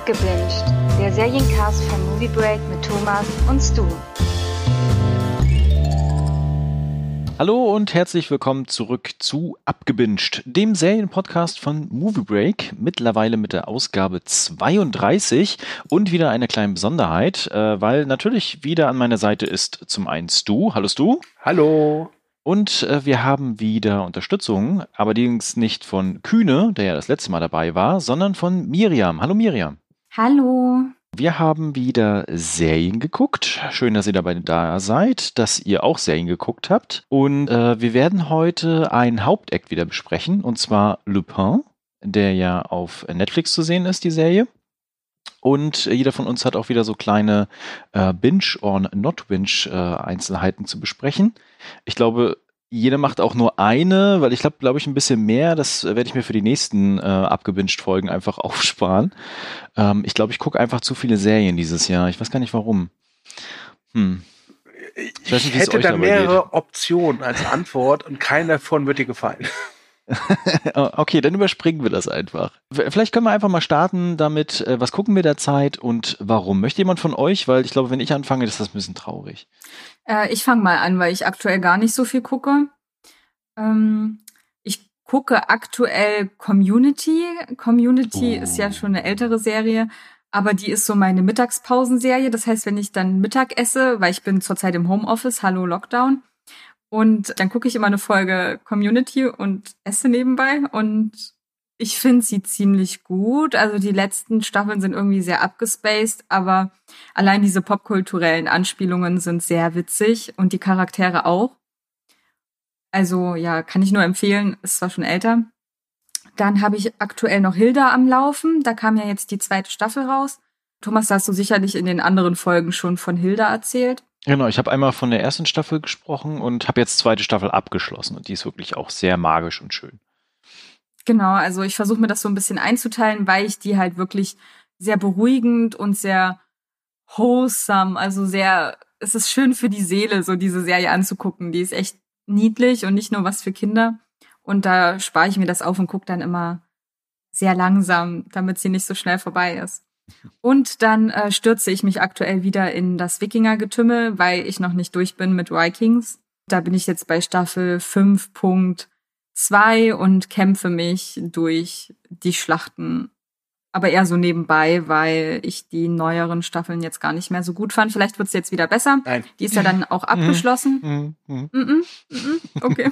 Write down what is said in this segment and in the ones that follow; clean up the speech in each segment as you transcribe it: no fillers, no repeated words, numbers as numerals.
Abgebinged, der Seriencast von Movie Break mit Thomas und Stu. Hallo und herzlich willkommen zurück zu Abgebinged, dem Serienpodcast von Movie Break, mittlerweile mit der Ausgabe 32 und wieder eine kleine Besonderheit, weil natürlich wieder an meiner Seite ist zum einen Stu. Hallo Stu. Hallo. Und wir haben wieder Unterstützung, allerdings nicht von Kühne, der ja das letzte Mal dabei war, sondern von Miriam. Hallo Miriam. Hallo. Wir haben wieder Serien geguckt. Schön, dass ihr dabei da seid, dass ihr auch Serien geguckt habt. Und wir werden heute einen Hauptakt wieder besprechen, und zwar Lupin, der ja auf Netflix zu sehen ist, die Serie. Und jeder von uns hat auch wieder so kleine Binge- or Not-Binge-Einzelheiten zu besprechen. Ich glaube, jeder macht auch nur eine, weil ich glaube ich, ein bisschen mehr. Das werde ich mir für die nächsten Abgebinged-Folgen einfach aufsparen. Ich glaube, ich gucke einfach zu viele Serien dieses Jahr. Ich weiß gar nicht, warum. Ich weiß nicht, hätte da mehrere Optionen als Antwort und keine davon wird dir gefallen. Okay, dann überspringen wir das einfach. Vielleicht können wir einfach mal starten damit, was gucken wir derzeit und warum? Möchte jemand von euch? Weil ich glaube, wenn ich anfange, ist das ein bisschen traurig. Ich fange mal an, weil ich aktuell gar nicht so viel gucke. Ich gucke aktuell Community. Community ist ja schon eine ältere Serie, aber die ist so meine Mittagspausenserie. Das heißt, wenn ich dann Mittag esse, weil ich bin zurzeit im Homeoffice, hallo Lockdown, und dann gucke ich immer eine Folge Community und esse nebenbei. Und ich finde sie ziemlich gut. Also die letzten Staffeln sind irgendwie sehr abgespaced, aber allein diese popkulturellen Anspielungen sind sehr witzig und die Charaktere auch. Also ja, kann ich nur empfehlen, ist zwar schon älter. Dann habe ich aktuell noch Hilda am Laufen. Da kam ja jetzt die 2. Staffel raus. Thomas, da hast du sicherlich in den anderen Folgen schon von Hilda erzählt. Genau, ich habe einmal von der 1. Staffel gesprochen und habe jetzt 2. Staffel abgeschlossen. Und die ist wirklich auch sehr magisch und schön. Genau, also ich versuche mir das so ein bisschen einzuteilen, weil ich die halt wirklich sehr beruhigend und sehr wholesome, also es ist schön für die Seele, so diese Serie anzugucken. Die ist echt niedlich und nicht nur was für Kinder. Und da spare ich mir das auf und gucke dann immer sehr langsam, damit sie nicht so schnell vorbei ist. Und dann stürze ich mich aktuell wieder in das Wikinger-Getümmel, weil ich noch nicht durch bin mit Vikings. Da bin ich jetzt bei Staffel 5.2 und kämpfe mich durch die Schlachten. Aber eher so nebenbei, weil ich die neueren Staffeln jetzt gar nicht mehr so gut fand. Vielleicht wird es jetzt wieder besser. Nein. Die ist ja dann auch abgeschlossen. Okay.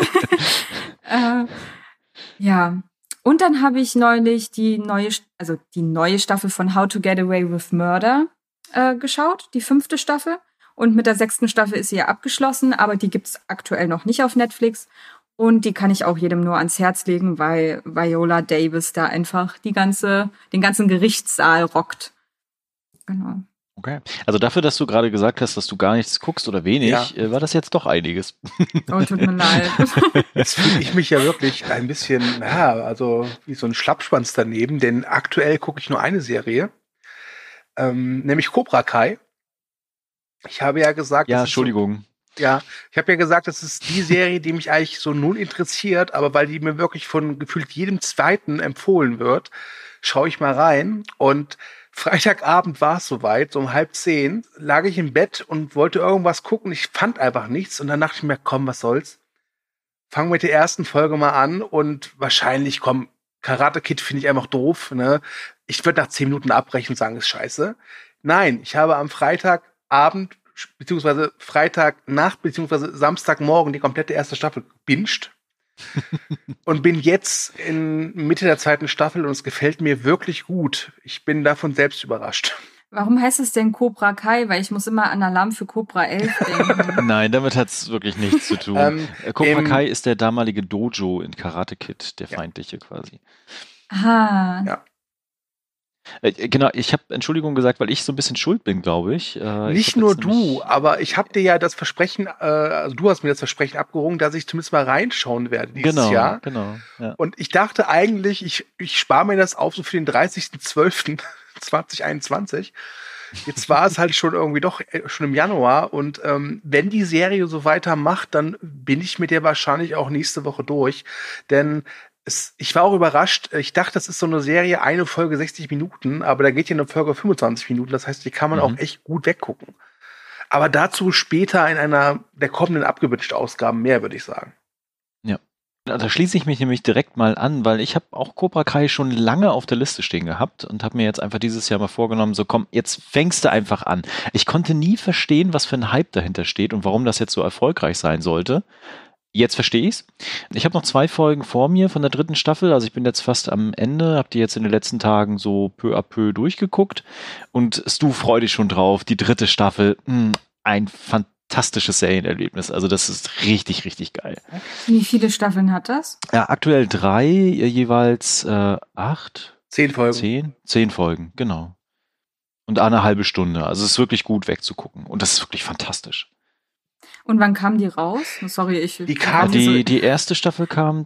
Ja. Und dann habe ich neulich die neue Staffel von How to Get Away with Murder geschaut, die 5. Staffel. Und mit der 6. Staffel ist sie ja abgeschlossen, aber die gibt's aktuell noch nicht auf Netflix. Und die kann ich auch jedem nur ans Herz legen, weil Viola Davis da einfach den ganzen Gerichtssaal rockt. Genau. Okay. Also dafür, dass du gerade gesagt hast, dass du gar nichts guckst oder wenig, war das jetzt doch einiges. Oh, tut mir leid. Jetzt fühle ich mich ja wirklich ein bisschen, also wie so ein Schlappschwanz daneben, denn aktuell gucke ich nur eine Serie, nämlich Cobra Kai. Ich habe ja gesagt... Ja, Entschuldigung. Ich habe ja gesagt, das ist die Serie, die mich eigentlich so null interessiert, aber weil die mir wirklich von gefühlt jedem Zweiten empfohlen wird, schaue ich mal rein. Und Freitagabend war es soweit, so um 9:30, lag ich im Bett und wollte irgendwas gucken. Ich fand einfach nichts und dann dachte ich mir, komm, was soll's. Fang mit der ersten Folge mal an und wahrscheinlich, Karate Kid finde ich einfach doof. Ne? Ich würde nach 10 Minuten abbrechen und sagen, ist scheiße. Nein, ich habe am Freitagabend beziehungsweise Freitagnacht, beziehungsweise Samstagmorgen die komplette 1. Staffel gebinged und bin jetzt in Mitte der 2. Staffel und es gefällt mir wirklich gut. Ich bin davon selbst überrascht. Warum heißt es denn Cobra Kai? Weil ich muss immer an Alarm für Cobra 11 denken. Nein, damit hat es wirklich nichts zu tun. Cobra Kai ist der damalige Dojo in Karate Kid, der feindliche quasi. Aha. Ja. Genau, ich habe Entschuldigung gesagt, weil ich so ein bisschen schuld bin, glaube ich. Nicht nur du, aber ich habe dir ja das Versprechen, also du hast mir das Versprechen abgerungen, dass ich zumindest mal reinschauen werde dieses Jahr. Genau. Ja. Und ich dachte eigentlich, ich spare mir das auf so für den 30.12.2021. Jetzt war es halt schon irgendwie doch schon im Januar und wenn die Serie so weitermacht, dann bin ich mit der wahrscheinlich auch nächste Woche durch. Denn Ich war auch überrascht. Ich dachte, das ist so eine Serie, eine Folge 60 Minuten, aber da geht hier eine Folge 25 Minuten. Das heißt, die kann man auch echt gut weggucken. Aber dazu später in einer der kommenden abgewünschten Ausgaben mehr, würde ich sagen. Ja. Da schließe ich mich nämlich direkt mal an, weil ich habe auch Cobra Kai schon lange auf der Liste stehen gehabt und habe mir jetzt einfach dieses Jahr mal vorgenommen, so komm, jetzt fängst du einfach an. Ich konnte nie verstehen, was für ein Hype dahinter steht und warum das jetzt so erfolgreich sein sollte. Jetzt verstehe ich's. Ich habe noch 2 Folgen vor mir von der 3. Staffel, also ich bin jetzt fast am Ende, habe die jetzt in den letzten Tagen so peu à peu durchgeguckt und Stu, freu dich schon drauf, die 3. Staffel, ein fantastisches Serienerlebnis, also das ist richtig, richtig geil. Wie viele Staffeln hat das? Ja, aktuell 3, jeweils 8? 10 Folgen. 10 Folgen, genau. Und eine halbe Stunde, also es ist wirklich gut wegzugucken und das ist wirklich fantastisch. Und wann kam die raus? Sorry, Die erste Staffel kam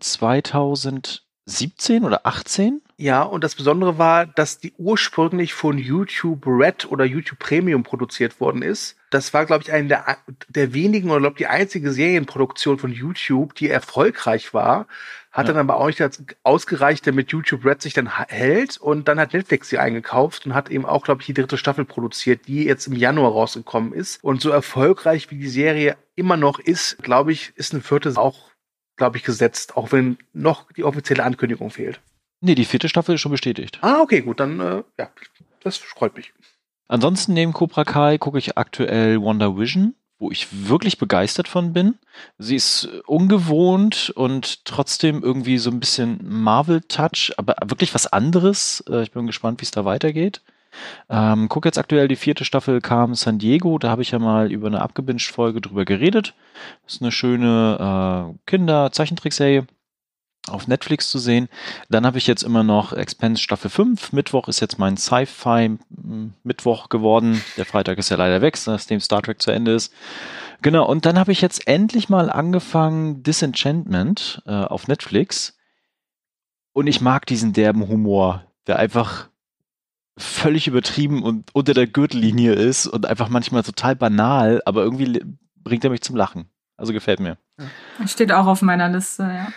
2017 oder 18. Ja, und das Besondere war, dass die ursprünglich von YouTube Red oder YouTube Premium produziert worden ist. Das war, glaube ich, eine der wenigen oder glaube die einzige Serienproduktion von YouTube, die erfolgreich war. Hat dann aber auch nicht ausgereicht, damit YouTube Red sich dann hält. Und dann hat Netflix sie eingekauft und hat eben auch, glaube ich, die 3. Staffel produziert, die jetzt im Januar rausgekommen ist. Und so erfolgreich, wie die Serie immer noch ist, glaube ich, ist eine 4. auch, glaube ich, gesetzt. Auch wenn noch die offizielle Ankündigung fehlt. Nee, die 4. Staffel ist schon bestätigt. Ah, okay, gut, dann, ja, das freut mich. Ansonsten neben Cobra Kai gucke ich aktuell Wonder Vision, wo ich wirklich begeistert von bin. Sie ist ungewohnt und trotzdem irgendwie so ein bisschen Marvel-Touch, aber wirklich was anderes. Ich bin gespannt, wie es da weitergeht. Guck jetzt aktuell, die 4. Staffel kam San Diego, da habe ich ja mal über eine Abgebinged-Folge drüber geredet. Das ist eine schöne Kinder-Zeichentrickserie auf Netflix zu sehen. Dann habe ich jetzt immer noch Expanse Staffel 5. Mittwoch ist jetzt mein Sci-Fi-Mittwoch geworden. Der Freitag ist ja leider weg, nachdem Star Trek zu Ende ist. Genau, und dann habe ich jetzt endlich mal angefangen Disenchantment auf Netflix. Und ich mag diesen derben Humor, der einfach völlig übertrieben und unter der Gürtellinie ist und einfach manchmal total banal, aber irgendwie bringt er mich zum Lachen. Also gefällt mir. Steht auch auf meiner Liste, ja.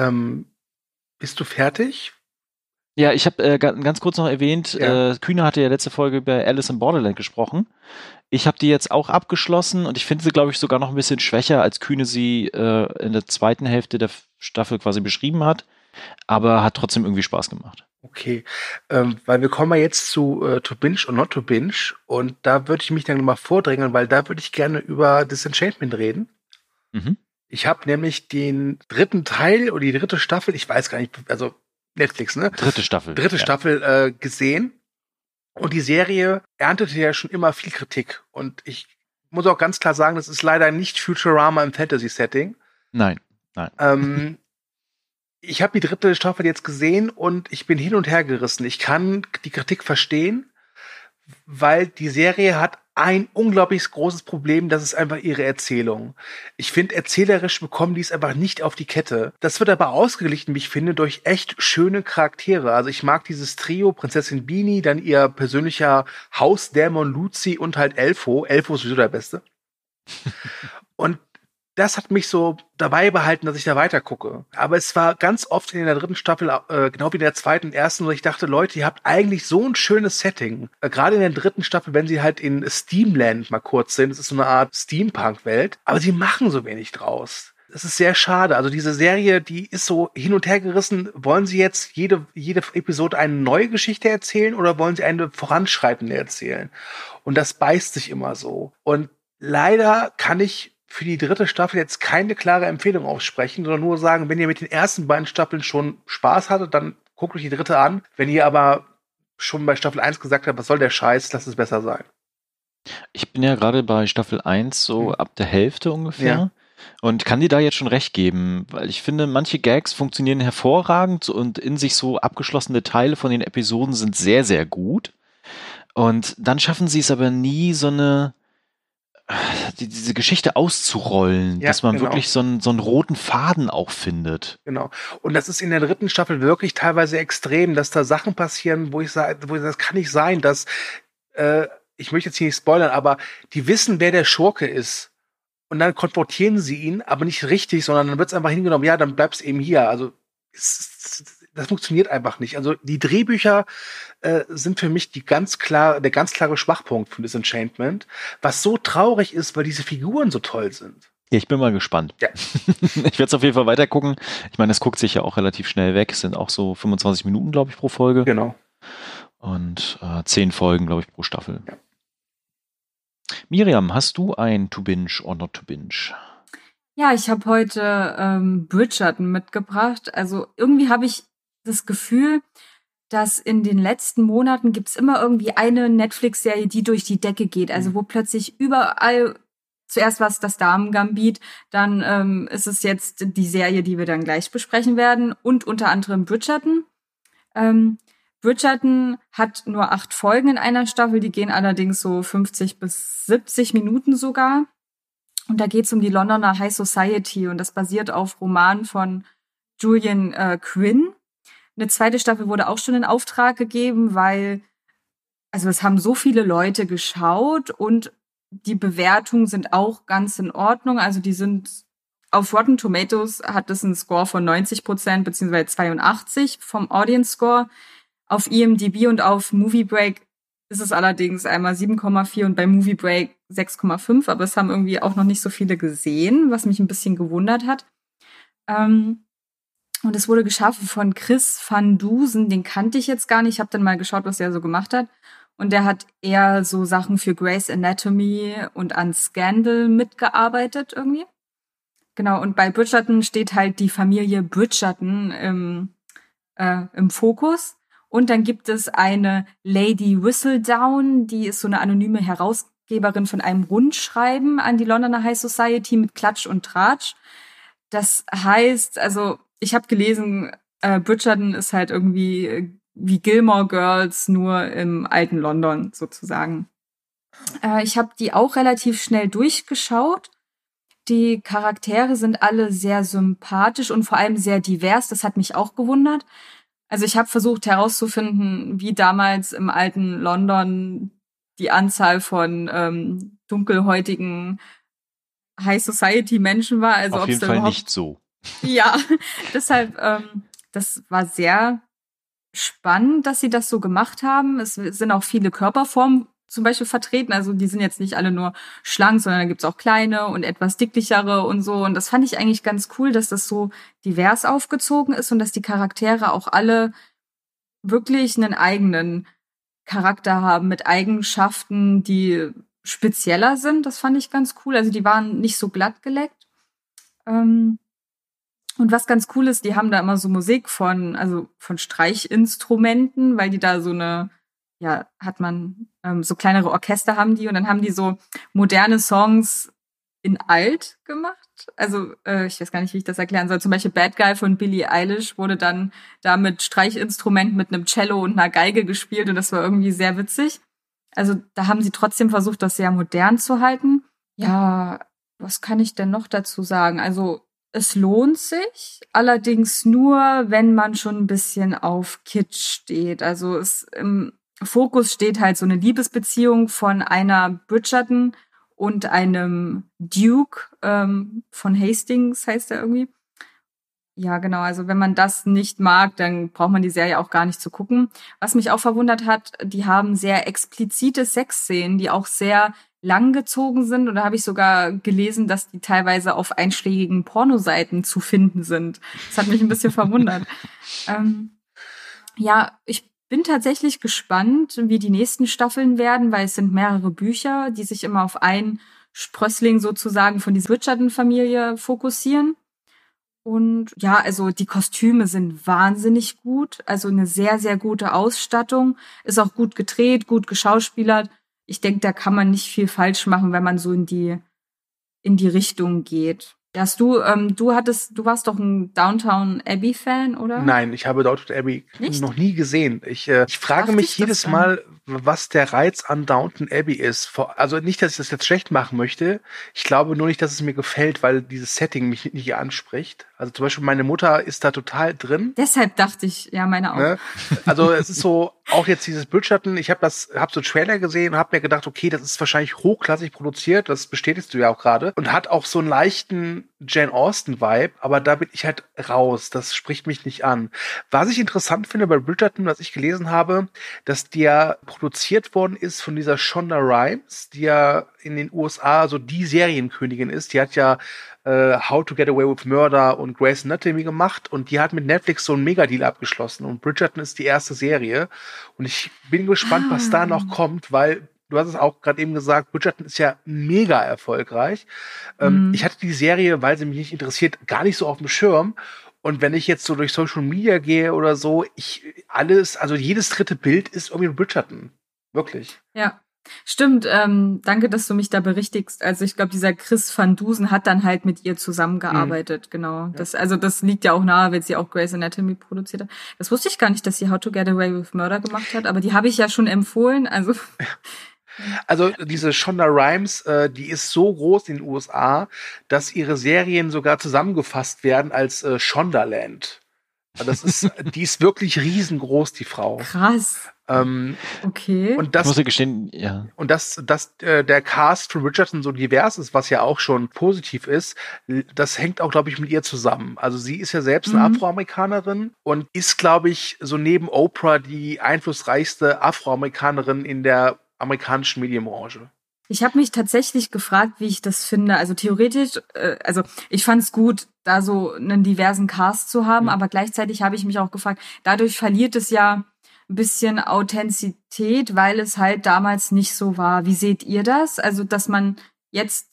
Bist du fertig? Ja, ich habe ganz kurz noch erwähnt, Kühne hatte ja letzte Folge über Alice in Borderland gesprochen. Ich habe die jetzt auch abgeschlossen und ich finde sie, glaube ich, sogar noch ein bisschen schwächer, als Kühne sie in der 2. Hälfte der Staffel quasi beschrieben hat, aber hat trotzdem irgendwie Spaß gemacht. Okay, weil wir kommen ja jetzt zu To Binge or Not to Binge und da würde ich mich dann mal vordrängeln, weil da würde ich gerne über Disenchantment reden. Mhm. Ich habe nämlich den 3. Teil oder die 3. Staffel, ich weiß gar nicht, also Netflix, ne? 3. Staffel. 3. Staffel gesehen. Und die Serie erntete ja schon immer viel Kritik. Und ich muss auch ganz klar sagen, das ist leider nicht Futurama im Fantasy-Setting. Nein. Ich habe die 3. Staffel jetzt gesehen und ich bin hin und her gerissen. Ich kann die Kritik verstehen, weil die Serie hat ein unglaublich großes Problem, das ist einfach ihre Erzählung. Ich finde, erzählerisch bekommen die es einfach nicht auf die Kette. Das wird aber ausgeglichen, wie ich finde, durch echt schöne Charaktere. Also ich mag dieses Trio, Prinzessin Beanie, dann ihr persönlicher Hausdämon Luzi und halt Elfo. Elfo ist sowieso der Beste. Und das hat mich so dabei behalten, dass ich da weiter gucke. Aber es war ganz oft in der 3. Staffel, genau wie in der 2. und 1., wo ich dachte, Leute, ihr habt eigentlich so ein schönes Setting. Gerade in der 3. Staffel, wenn sie halt in Steamland mal kurz sind, das ist so eine Art Steampunk-Welt, aber sie machen so wenig draus. Das ist sehr schade. Also diese Serie, die ist so hin und her gerissen. Wollen sie jetzt jede Episode eine neue Geschichte erzählen oder wollen sie eine voranschreitende erzählen? Und das beißt sich immer so. Und leider kann ich für die 3. Staffel jetzt keine klare Empfehlung aussprechen, sondern nur sagen, wenn ihr mit den ersten beiden Staffeln schon Spaß hattet, dann guckt euch die 3. an. Wenn ihr aber schon bei Staffel 1 gesagt habt, was soll der Scheiß, lasst es besser sein. Ich bin ja gerade bei Staffel 1 so ab der Hälfte ungefähr und kann dir da jetzt schon recht geben, weil ich finde, manche Gags funktionieren hervorragend und in sich so abgeschlossene Teile von den Episoden sind sehr, sehr gut. Und dann schaffen sie es aber nie, so diese Geschichte auszurollen, dass man wirklich so einen roten Faden auch findet. Genau. Und das ist in der 3. Staffel wirklich teilweise extrem, dass da Sachen passieren, wo ich sage, das kann nicht sein, dass, ich möchte jetzt hier nicht spoilern, aber die wissen, wer der Schurke ist. Und dann konfrontieren sie ihn, aber nicht richtig, sondern dann wird es einfach hingenommen, ja, dann bleibst eben hier. Also das funktioniert einfach nicht. Also die Drehbücher sind für mich der ganz klare Schwachpunkt von Disenchantment, was so traurig ist, weil diese Figuren so toll sind. Ja, ich bin mal gespannt. Ja. Ich werde es auf jeden Fall weiter gucken. Ich meine, es guckt sich ja auch relativ schnell weg. Es sind auch so 25 Minuten, glaube ich, pro Folge. Genau. Und 10 Folgen, glaube ich, pro Staffel. Ja. Miriam, hast du ein To Binge or Not to Binge? Ja, ich habe heute Bridgerton mitgebracht. Also irgendwie habe ich das Gefühl, dass in den letzten Monaten gibt's immer irgendwie eine Netflix-Serie, die durch die Decke geht. Also wo plötzlich überall, zuerst war es das Damen-Gambit, dann ist es jetzt die Serie, die wir dann gleich besprechen werden und unter anderem Bridgerton. Bridgerton hat nur 8 Folgen in einer Staffel, die gehen allerdings so 50 bis 70 Minuten sogar. Und da geht's um die Londoner High Society und das basiert auf Romanen von Julian Quinn. Eine zweite Staffel wurde auch schon in Auftrag gegeben, weil, also es haben so viele Leute geschaut und die Bewertungen sind auch ganz in Ordnung. Also die sind, auf Rotten Tomatoes hat es einen Score von 90% beziehungsweise 82 vom Audience Score. Auf IMDb und auf Movie Break ist es allerdings einmal 7,4 und bei Movie Break 6,5, aber es haben irgendwie auch noch nicht so viele gesehen, was mich ein bisschen gewundert hat. Und es wurde geschaffen von Chris van Dusen, den kannte ich jetzt gar nicht. Ich habe dann mal geschaut, was er so gemacht hat. Und der hat eher so Sachen für Grey's Anatomy und an Scandal mitgearbeitet irgendwie. Genau, und bei Bridgerton steht halt die Familie Bridgerton im Fokus. Und dann gibt es eine Lady Whistledown, die ist so eine anonyme Herausgeberin von einem Rundschreiben an die Londoner High Society mit Klatsch und Tratsch. Das heißt, also ich habe gelesen, Bridgerton ist halt irgendwie wie Gilmore Girls, nur im alten London sozusagen. Ich habe die auch relativ schnell durchgeschaut. Die Charaktere sind alle sehr sympathisch und vor allem sehr divers. Das hat mich auch gewundert. Also ich habe versucht herauszufinden, wie damals im alten London die Anzahl von dunkelhäutigen High Society Menschen war. Also auf jeden Fall nicht so. Ja, deshalb, das war sehr spannend, dass sie das so gemacht haben. Es sind auch viele Körperformen zum Beispiel vertreten. Also die sind jetzt nicht alle nur schlank, sondern da gibt's auch kleine und etwas dicklichere und so. Und das fand ich eigentlich ganz cool, dass das so divers aufgezogen ist und dass die Charaktere auch alle wirklich einen eigenen Charakter haben mit Eigenschaften, die spezieller sind. Das fand ich ganz cool. Also die waren nicht so glatt geleckt. Und was ganz cool ist, die haben da immer so Musik von Streichinstrumenten, weil die da so eine, ja, hat man so kleinere Orchester haben die und dann haben die so moderne Songs in alt gemacht. Also ich weiß gar nicht, wie ich das erklären soll. Zum Beispiel Bad Guy von Billie Eilish wurde dann da mit Streichinstrumenten mit einem Cello und einer Geige gespielt und das war irgendwie sehr witzig. Also da haben sie trotzdem versucht, das sehr modern zu halten. Ja, was kann ich denn noch dazu sagen? Also es lohnt sich, allerdings nur, wenn man schon ein bisschen auf Kitsch steht. Also im Fokus steht halt so eine Liebesbeziehung von einer Bridgerton und einem Duke von Hastings, heißt er irgendwie. Ja, genau. Also wenn man das nicht mag, dann braucht man die Serie auch gar nicht zu gucken. Was mich auch verwundert hat, die haben sehr explizite Sexszenen, die auch sehr langgezogen sind. Und da habe ich sogar gelesen, dass die teilweise auf einschlägigen Pornoseiten zu finden sind. Das hat mich ein bisschen verwundert. Ja, ich bin tatsächlich gespannt, wie die nächsten Staffeln werden, weil es sind mehrere Bücher, die sich immer auf einen Sprössling sozusagen von dieser Bridgerton-Familie fokussieren. Und ja, also die Kostüme sind wahnsinnig gut. Also eine sehr, sehr gute Ausstattung. Ist auch gut gedreht, gut geschauspielert. Ich denke, da kann man nicht viel falsch machen, wenn man so in die Richtung geht. Du warst doch ein Downton Abbey Fan, oder? Nein, ich habe Downton Abbey noch nie gesehen. Ich frage mich jedes Mal, was der Reiz an Downton Abbey ist. Also nicht, dass ich das jetzt schlecht machen möchte. Ich glaube nur nicht, dass es mir gefällt, weil dieses Setting mich nicht anspricht. Also zum Beispiel meine Mutter ist da total drin. Deshalb dachte ich, ja, meine auch. Ne? Also es ist so, auch jetzt dieses Bridgerton, ich habe so Trailer gesehen und habe mir gedacht, okay, das ist wahrscheinlich hochklassig produziert, das bestätigst du ja auch gerade. Und hat auch so einen leichten Jane Austen-Vibe, aber da bin ich halt raus, das spricht mich nicht an. Was ich interessant finde bei Bridgerton, was ich gelesen habe, dass der produziert worden ist von dieser Shonda Rhimes, die ja in den USA so die Serienkönigin ist. Die hat ja How to Get Away with Murder und Grey's Anatomy gemacht und die hat mit Netflix so einen Megadeal abgeschlossen und Bridgerton ist die erste Serie und ich bin gespannt, was da noch kommt, weil du hast es auch gerade eben gesagt, Bridgerton ist ja mega erfolgreich. Ich hatte die Serie, weil sie mich nicht interessiert, gar nicht so auf dem Schirm. Und wenn ich jetzt so durch Social Media gehe oder so, also jedes dritte Bild ist irgendwie Bridgerton. Wirklich. Ja. Stimmt, danke, dass du mich da berichtigst. Also ich glaube, dieser Chris van Dusen hat dann halt mit ihr zusammengearbeitet, genau. Ja. Das liegt ja auch nahe, weil sie auch Grey's Anatomy produziert hat. Das wusste ich gar nicht, dass sie How to Get Away with Murder gemacht hat, aber die habe ich ja schon empfohlen, also... Also diese Shonda Rhimes, die ist so groß in den USA, dass ihre Serien sogar zusammengefasst werden als Shondaland. Die ist wirklich riesengroß, die Frau. Krass. Okay. Und das, ich muss ja gestehen, ja. Und dass der Cast von Bridgerton so divers ist, was ja auch schon positiv ist, das hängt auch, glaube ich, mit ihr zusammen. Also sie ist ja selbst eine Afroamerikanerin und ist, glaube ich, so neben Oprah die einflussreichste Afroamerikanerin in der amerikanischen Medienbranche. Ich habe mich tatsächlich gefragt, wie ich das finde. Also theoretisch, ich fand es gut, da so einen diversen Cast zu haben, aber gleichzeitig habe ich mich auch gefragt, dadurch verliert es ja ein bisschen Authentizität, weil es halt damals nicht so war. Wie seht ihr das? Also, dass man jetzt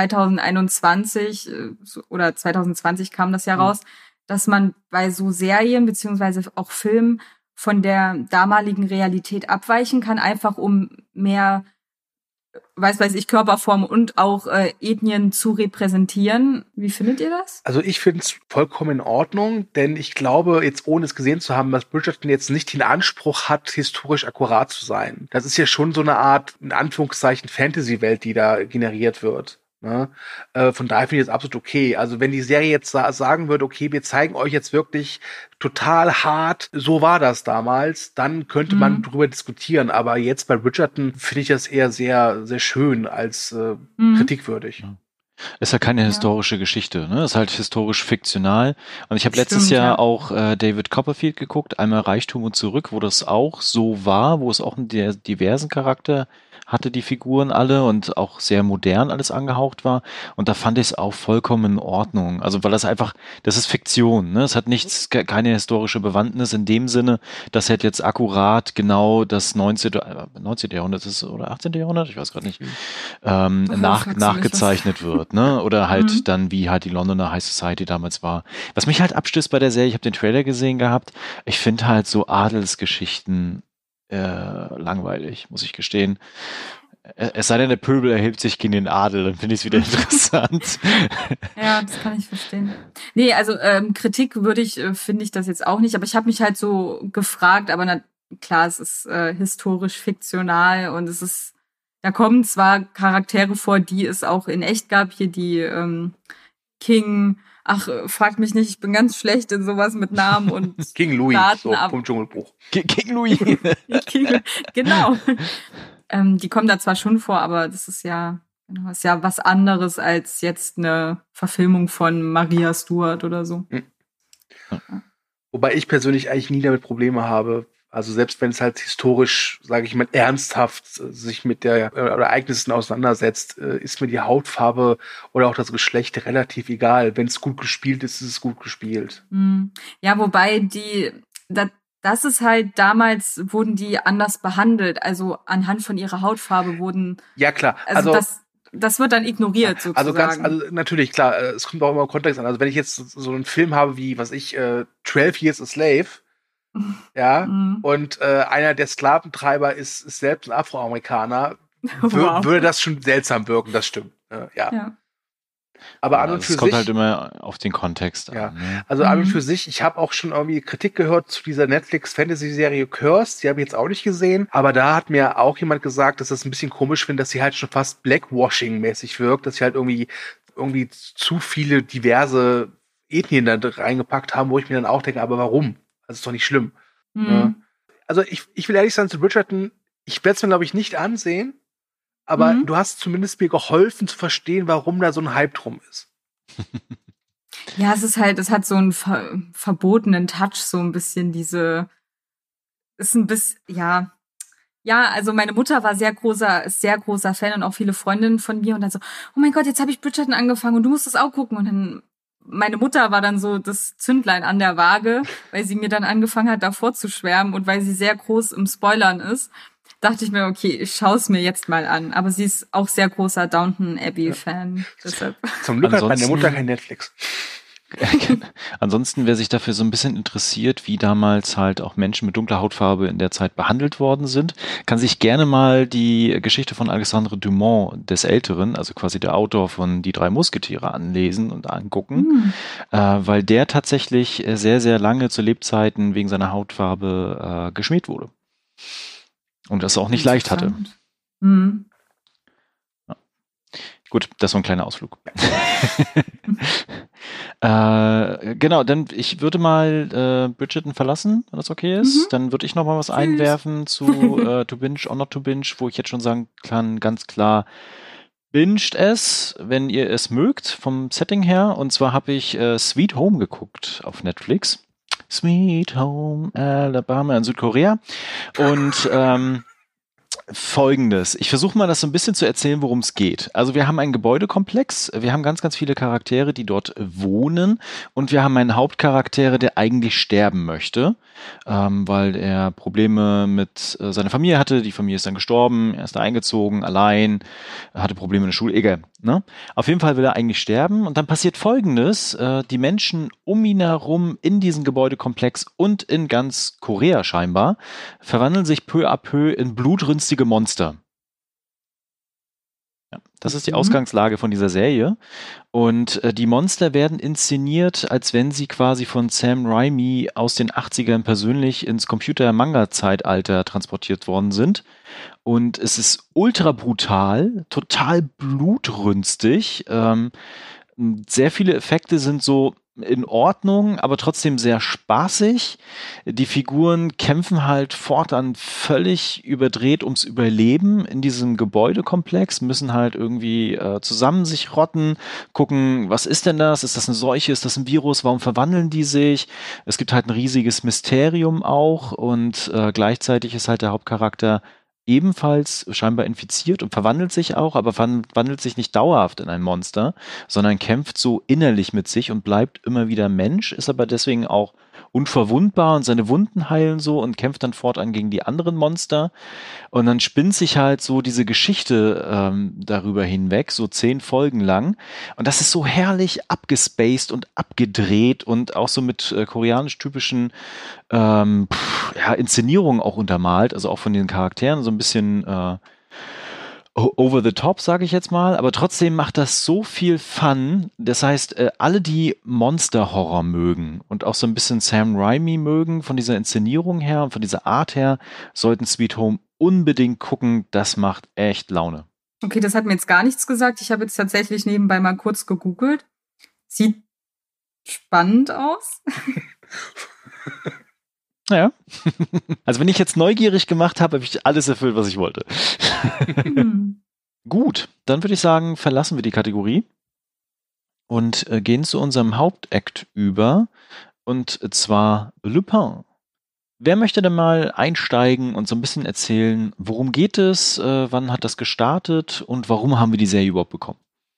2021 oder 2020 kam das ja raus, dass man bei so Serien beziehungsweise auch Filmen von der damaligen Realität abweichen kann, einfach um mehr Körperformen und auch Ethnien zu repräsentieren. Wie findet ihr das? Also ich finde es vollkommen in Ordnung, denn ich glaube, jetzt ohne es gesehen zu haben, dass Bridgerton jetzt nicht den Anspruch hat, historisch akkurat zu sein. Das ist ja schon so eine Art, in Anführungszeichen, Fantasy-Welt, die da generiert wird. Ne? Von daher finde ich das absolut okay. Also wenn die Serie jetzt sagen würde, okay, wir zeigen euch jetzt wirklich total hart, so war das damals, dann könnte man drüber diskutieren. Aber jetzt bei Bridgerton finde ich das eher sehr, sehr schön als kritikwürdig. Ja. Ist ja keine historische Geschichte, ne? Ist halt historisch fiktional. Und ich habe letztes Jahr auch David Copperfield geguckt, einmal Reichtum und zurück, wo das auch so war, wo es auch einen diversen Charakter hatte, die Figuren alle und auch sehr modern alles angehaucht war. Und da fand ich es auch vollkommen in Ordnung. Also weil das ist Fiktion, ne? Es hat keine historische Bewandtnis in dem Sinne, dass halt jetzt akkurat genau das 19. Jahrhundert ist oder 18. Jahrhundert, ich weiß gerade nicht, nachgezeichnet wird, ne? Oder halt dann, wie halt die Londoner High Society damals war. Was mich halt abstößt bei der Serie, ich habe den Trailer gesehen gehabt, ich finde halt so Adelsgeschichten langweilig, muss ich gestehen. Es sei denn, der Pöbel erhebt sich gegen den Adel, dann finde ich es wieder interessant. Ja, das kann ich verstehen. Nee, also Kritik finde ich das jetzt auch nicht, aber ich habe mich halt so gefragt, aber klar, es ist historisch fiktional und da kommen zwar Charaktere vor, die es auch in echt gab, hier die King, fragt mich nicht, ich bin ganz schlecht in sowas mit Namen und King Louis, Daten, vom Dschungelbuch. King Louis. Genau. Die kommen da zwar schon vor, aber das ist ja was anderes als jetzt eine Verfilmung von Maria Stuart oder so. Wobei ich persönlich eigentlich nie damit Probleme habe. Also selbst wenn es halt historisch, sage ich mal, ernsthaft sich mit der Ereignissen auseinandersetzt, ist mir die Hautfarbe oder auch das Geschlecht relativ egal. Wenn es gut gespielt ist, ist es gut gespielt. Ja, wobei das ist halt, damals wurden die anders behandelt. Also anhand von ihrer Hautfarbe wurden... Ja, klar. Also das wird dann ignoriert, sozusagen. Also natürlich, klar, es kommt auch immer im Kontext an. Also wenn ich jetzt so einen Film habe wie, 12 Years a Slave, ja, und einer der Sklaventreiber ist selbst ein Afroamerikaner, würde das schon seltsam wirken, das stimmt. Ja. Aber an und für sich. Es kommt halt immer auf den Kontext an. Ne? Also an und für sich, ich habe auch schon irgendwie Kritik gehört zu dieser Netflix-Fantasy-Serie Cursed, die habe ich jetzt auch nicht gesehen, aber da hat mir auch jemand gesagt, dass das ein bisschen komisch finde, dass sie halt schon fast Blackwashing-mäßig wirkt, dass sie halt irgendwie zu viele diverse Ethnien da reingepackt haben, wo ich mir dann auch denke, aber warum? Das ist doch nicht schlimm. Mhm. Ja. Also ich will ehrlich sein zu Bridgerton, ich werde es mir, glaube ich, nicht ansehen, aber du hast zumindest mir geholfen zu verstehen, warum da so ein Hype drum ist. Ja, es hat so einen verbotenen Touch, so ein bisschen ist ein bisschen, ja, also meine Mutter war sehr großer Fan und auch viele Freundinnen von mir und dann so, oh mein Gott, jetzt habe ich Bridgerton angefangen und du musst das auch gucken und dann meine Mutter war dann so das Zündlein an der Waage, weil sie mir dann angefangen hat, davor zu schwärmen und weil sie sehr groß im Spoilern ist, dachte ich mir, okay, ich schaue es mir jetzt mal an. Aber sie ist auch sehr großer Downton Abbey-Fan. Deshalb. Zum Glück hat meine Mutter kein Netflix. Ansonsten, wer sich dafür so ein bisschen interessiert, wie damals halt auch Menschen mit dunkler Hautfarbe in der Zeit behandelt worden sind, kann sich gerne mal die Geschichte von Alexandre Dumas des Älteren, also quasi der Autor von Die drei Musketiere, anlesen und angucken, weil der tatsächlich sehr, sehr lange zu Lebzeiten wegen seiner Hautfarbe geschmäht wurde. Und das auch nicht leicht hatte. Mhm. Ja. Gut, das war ein kleiner Ausflug. Genau, dann ich würde mal Bridgerton verlassen, wenn das okay ist. Dann würde ich noch mal was einwerfen zu To Binge or Not to Binge, wo ich jetzt schon sagen kann, ganz klar, binged es, wenn ihr es mögt, vom Setting her. Und zwar habe ich Sweet Home geguckt auf Netflix. Sweet Home Alabama in Südkorea. Und Folgendes. Ich versuche mal, das so ein bisschen zu erzählen, worum es geht. Also wir haben einen Gebäudekomplex, wir haben ganz, ganz viele Charaktere, die dort wohnen und wir haben einen Hauptcharakter, der eigentlich sterben möchte, weil er Probleme mit seiner Familie hatte. Die Familie ist dann gestorben, er ist da eingezogen, allein, hatte Probleme in der Schule, egal. Ne? Auf jeden Fall will er eigentlich sterben und dann passiert Folgendes. Die Menschen um ihn herum in diesem Gebäudekomplex und in ganz Korea scheinbar verwandeln sich peu à peu in blutrünstige Monster. Ja, das ist die Ausgangslage von dieser Serie. Und die Monster werden inszeniert, als wenn sie quasi von Sam Raimi aus den 80ern persönlich ins Computer-Manga-Zeitalter transportiert worden sind. Und es ist ultra brutal, total blutrünstig. Sehr viele Effekte sind so in Ordnung, aber trotzdem sehr spaßig. Die Figuren kämpfen halt fortan völlig überdreht ums Überleben in diesem Gebäudekomplex, müssen halt irgendwie zusammen sich rotten, gucken, was ist denn das? Ist das eine Seuche? Ist das ein Virus? Warum verwandeln die sich? Es gibt halt ein riesiges Mysterium auch und gleichzeitig ist halt der Hauptcharakter ebenfalls scheinbar infiziert und verwandelt sich auch, aber verwandelt sich nicht dauerhaft in ein Monster, sondern kämpft so innerlich mit sich und bleibt immer wieder Mensch, ist aber deswegen auch unverwundbar und seine Wunden heilen so und kämpft dann fortan gegen die anderen Monster. Und dann spinnt sich halt so diese Geschichte darüber hinweg, so 10 Folgen lang. Und das ist so herrlich abgespaced und abgedreht und auch so mit koreanisch-typischen Inszenierungen auch untermalt, also auch von den Charakteren, so ein bisschen over the top, sage ich jetzt mal, aber trotzdem macht das so viel Fun. Das heißt, alle, die Monster-Horror mögen und auch so ein bisschen Sam Raimi mögen, von dieser Inszenierung her und von dieser Art her, sollten Sweet Home unbedingt gucken. Das macht echt Laune. Okay, das hat mir jetzt gar nichts gesagt. Ich habe jetzt tatsächlich nebenbei mal kurz gegoogelt. Sieht spannend aus. Ja. Also wenn ich jetzt neugierig gemacht habe, habe ich alles erfüllt, was ich wollte. Gut, dann würde ich sagen, verlassen wir die Kategorie und gehen zu unserem Hauptakt über, und zwar Lupin. Wer möchte denn mal einsteigen und so ein bisschen erzählen, worum geht es, wann hat das gestartet und warum haben wir die Serie überhaupt bekommen?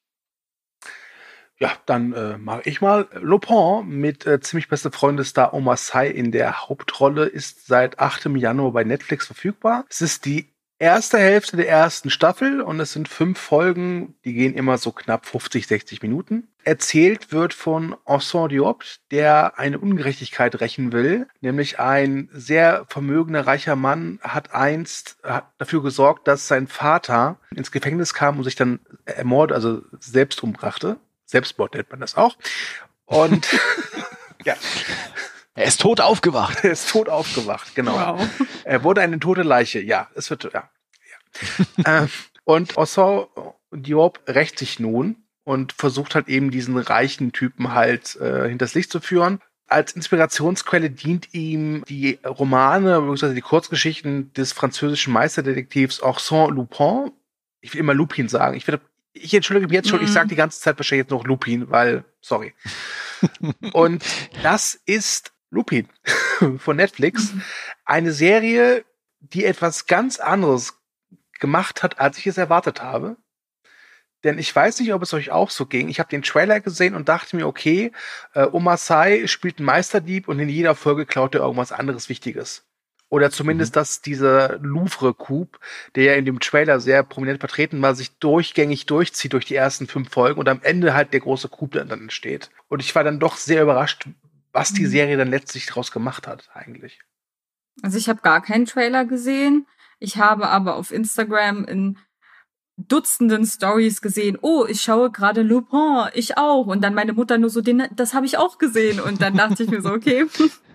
Ja, dann mache ich mal. Lupin mit ziemlich beste Freunde-Star Omar Sy in der Hauptrolle ist seit 8. Januar bei Netflix verfügbar. Es ist die erste Hälfte der ersten Staffel und es sind 5 Folgen, die gehen immer so knapp 50, 60 Minuten. Erzählt wird von Vincent Diop, der eine Ungerechtigkeit rächen will, nämlich ein sehr vermögender, reicher Mann hat dafür gesorgt, dass sein Vater ins Gefängnis kam und sich dann selbst umbrachte. Selbstmord nennt man das auch. Und ja. Er ist tot aufgewacht. Er ist tot aufgewacht, genau. Wow. Er wurde eine tote Leiche, ja. Und Vincent Diop rächt sich nun und versucht halt eben diesen reichen Typen halt hinters Licht zu führen. Als Inspirationsquelle dient ihm die Romane bzw. die Kurzgeschichten des französischen Meisterdetektivs Arsène Lupin. Ich will immer Lupin sagen. Ich entschuldige mich jetzt schon, ich sage die ganze Zeit wahrscheinlich jetzt noch Lupin, weil, sorry. Und das ist Lupin von Netflix. Eine Serie, die etwas ganz anderes gemacht hat, als ich es erwartet habe. Denn ich weiß nicht, ob es euch auch so ging. Ich habe den Trailer gesehen und dachte mir, okay, Omar Sy spielt einen Meisterdieb und in jeder Folge klaut er irgendwas anderes Wichtiges. Oder zumindest, dass dieser Louvre-Coup, der ja in dem Trailer sehr prominent vertreten war, sich durchgängig durchzieht durch die ersten 5 Folgen und am Ende halt der große Coup dann entsteht. Und ich war dann doch sehr überrascht, was die Serie dann letztlich daraus gemacht hat, eigentlich. Also ich habe gar keinen Trailer gesehen. Ich habe aber auf Instagram in Dutzenden Stories gesehen, oh, ich schaue gerade Lupin, ich auch. Und dann meine Mutter nur so, das habe ich auch gesehen. Und dann dachte ich mir so, okay,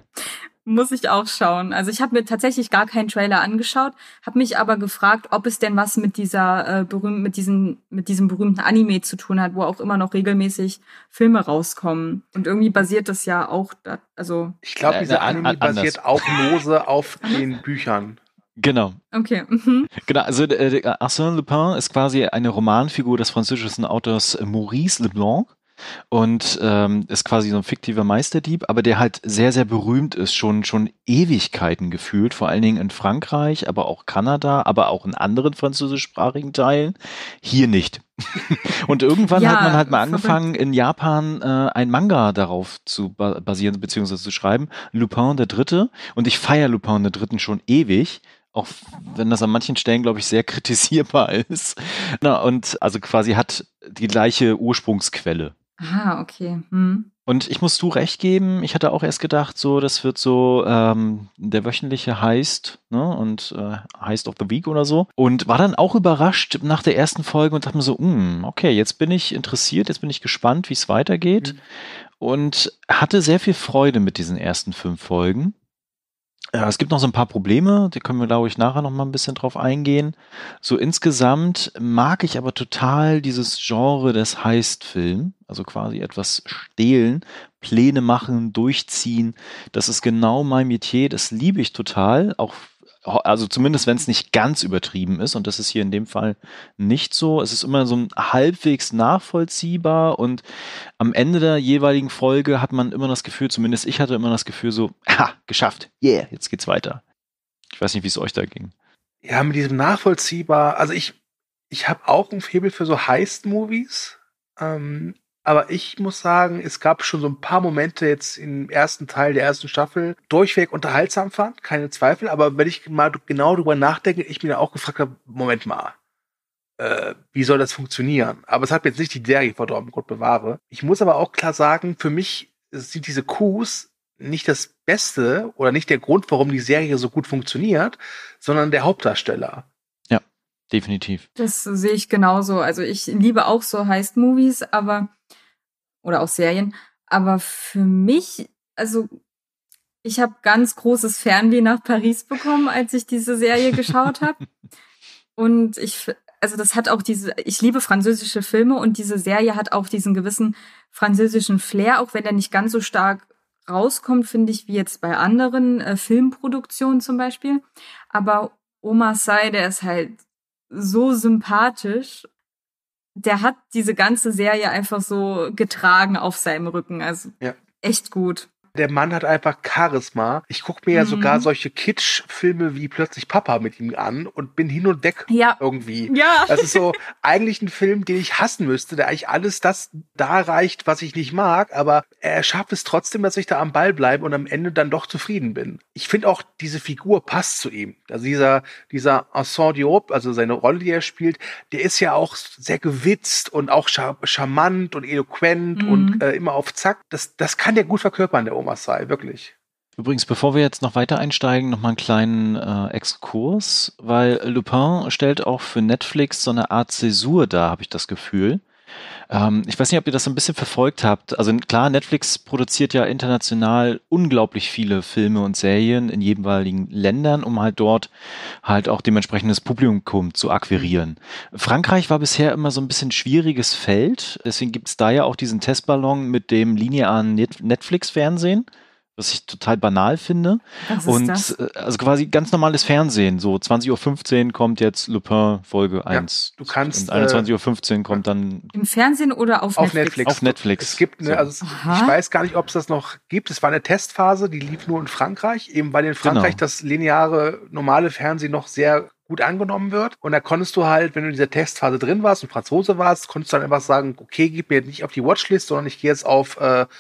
muss ich auch schauen. Also ich habe mir tatsächlich gar keinen Trailer angeschaut, habe mich aber gefragt, ob es denn was mit dieser mit diesem berühmten Anime zu tun hat, wo auch immer noch regelmäßig Filme rauskommen. Und irgendwie basiert das ja auch, also ich glaube, dieser Anime basiert auch lose auf den Büchern. Genau. Okay. Genau, also Arsène Lupin ist quasi eine Romanfigur des französischen Autors Maurice Leblanc und ist quasi so ein fiktiver Meisterdieb, aber der halt sehr, sehr berühmt ist, schon Ewigkeiten gefühlt, vor allen Dingen in Frankreich, aber auch Kanada, aber auch in anderen französischsprachigen Teilen. Hier nicht. Und irgendwann hat man halt mal angefangen, in Japan ein Manga darauf zu basieren, beziehungsweise zu schreiben, Lupin der Dritte. Und ich feiere Lupin der Dritten schon ewig. Auch wenn das an manchen Stellen, glaube ich, sehr kritisierbar ist. Na, und also quasi hat die gleiche Ursprungsquelle. Ah, okay. Und ich muss recht geben, ich hatte auch erst gedacht, so, das wird so der wöchentliche Heist, ne, und Heist of the Week oder so. Und war dann auch überrascht nach der ersten Folge und dachte mir so, okay, jetzt bin ich interessiert, jetzt bin ich gespannt, wie es weitergeht. Und hatte sehr viel Freude mit diesen ersten 5 Folgen. Es gibt noch so ein paar Probleme, die können wir, glaube ich, nachher noch mal ein bisschen drauf eingehen. So insgesamt mag ich aber total dieses Genre des Heist-Film, also quasi etwas stehlen, Pläne machen, durchziehen. Das ist genau mein Metier, das liebe ich total, auch also zumindest wenn es nicht ganz übertrieben ist, und das ist hier in dem Fall nicht so. Es ist immer so halbwegs nachvollziehbar und am Ende der jeweiligen Folge hat man immer das Gefühl, zumindest ich hatte immer das Gefühl so, geschafft, yeah, jetzt geht's weiter. Ich weiß nicht, wie es euch da ging. Ja, mit diesem nachvollziehbar, also ich habe auch ein Faible für so Heist-Movies, aber ich muss sagen, es gab schon so ein paar Momente jetzt im ersten Teil der ersten Staffel, durchweg unterhaltsam fand, keine Zweifel, aber wenn ich mal genau drüber nachdenke, ich mir da auch gefragt habe, Moment mal, wie soll das funktionieren? Aber es hat mir jetzt nicht die Serie verdorben, Gott bewahre. Ich muss aber auch klar sagen, für mich sind diese Coups nicht das Beste oder nicht der Grund, warum die Serie so gut funktioniert, sondern der Hauptdarsteller. Ja, definitiv. Das sehe ich genauso. Also ich liebe auch so Heist-Movies, oder auch Serien, aber für mich, also ich habe ganz großes Fernweh nach Paris bekommen, als ich diese Serie geschaut habe. Und das hat auch ich liebe französische Filme und diese Serie hat auch diesen gewissen französischen Flair, auch wenn der nicht ganz so stark rauskommt, finde ich, wie jetzt bei anderen Filmproduktionen zum Beispiel. Aber Omar Sy, der ist halt so sympathisch. Der hat diese ganze Serie einfach so getragen auf seinem Rücken. Also echt gut. Der Mann hat einfach Charisma. Ich gucke mir ja sogar solche Kitsch-Filme wie Plötzlich Papa mit ihm an und bin hin und weg irgendwie. Ja. Das ist so eigentlich ein Film, den ich hassen müsste, der eigentlich alles das da reicht, was ich nicht mag, aber er schafft es trotzdem, dass ich da am Ball bleibe und am Ende dann doch zufrieden bin. Ich finde auch, diese Figur passt zu ihm. Also dieser Arsène Diop, also seine Rolle, die er spielt, der ist ja auch sehr gewitzt und auch charmant und eloquent und immer auf Zack. Das kann der gut verkörpern, der Omar Sy, wirklich. Übrigens, bevor wir jetzt noch weiter einsteigen, noch mal einen kleinen Exkurs, weil Lupin stellt auch für Netflix so eine Art Zäsur dar, habe ich das Gefühl. Ich weiß nicht, ob ihr das so ein bisschen verfolgt habt. Also klar, Netflix produziert ja international unglaublich viele Filme und Serien in jeweiligen Ländern, um halt dort halt auch dementsprechendes Publikum zu akquirieren. Frankreich war bisher immer so ein bisschen schwieriges Feld. Deswegen gibt es da ja auch diesen Testballon mit dem linearen Netflix-Fernsehen, was ich total banal finde. Was ist Und das? also quasi ganz normales Fernsehen. So 20.15 Uhr kommt jetzt Lupin Folge 1. du kannst, und 21.15 Uhr kommt dann Im Fernsehen oder auf Netflix? auf Netflix. Es gibt So. also Aha. ich weiß gar nicht, ob es das noch gibt. Es war eine Testphase, die lief nur in Frankreich, eben weil in Frankreich Genau. das lineare, normale Fernsehen noch sehr gut angenommen wird. Und da konntest du halt, wenn du in dieser Testphase drin warst und Franzose warst, konntest du dann einfach sagen, okay, gib mir nicht auf die Watchlist, sondern ich gehe jetzt auf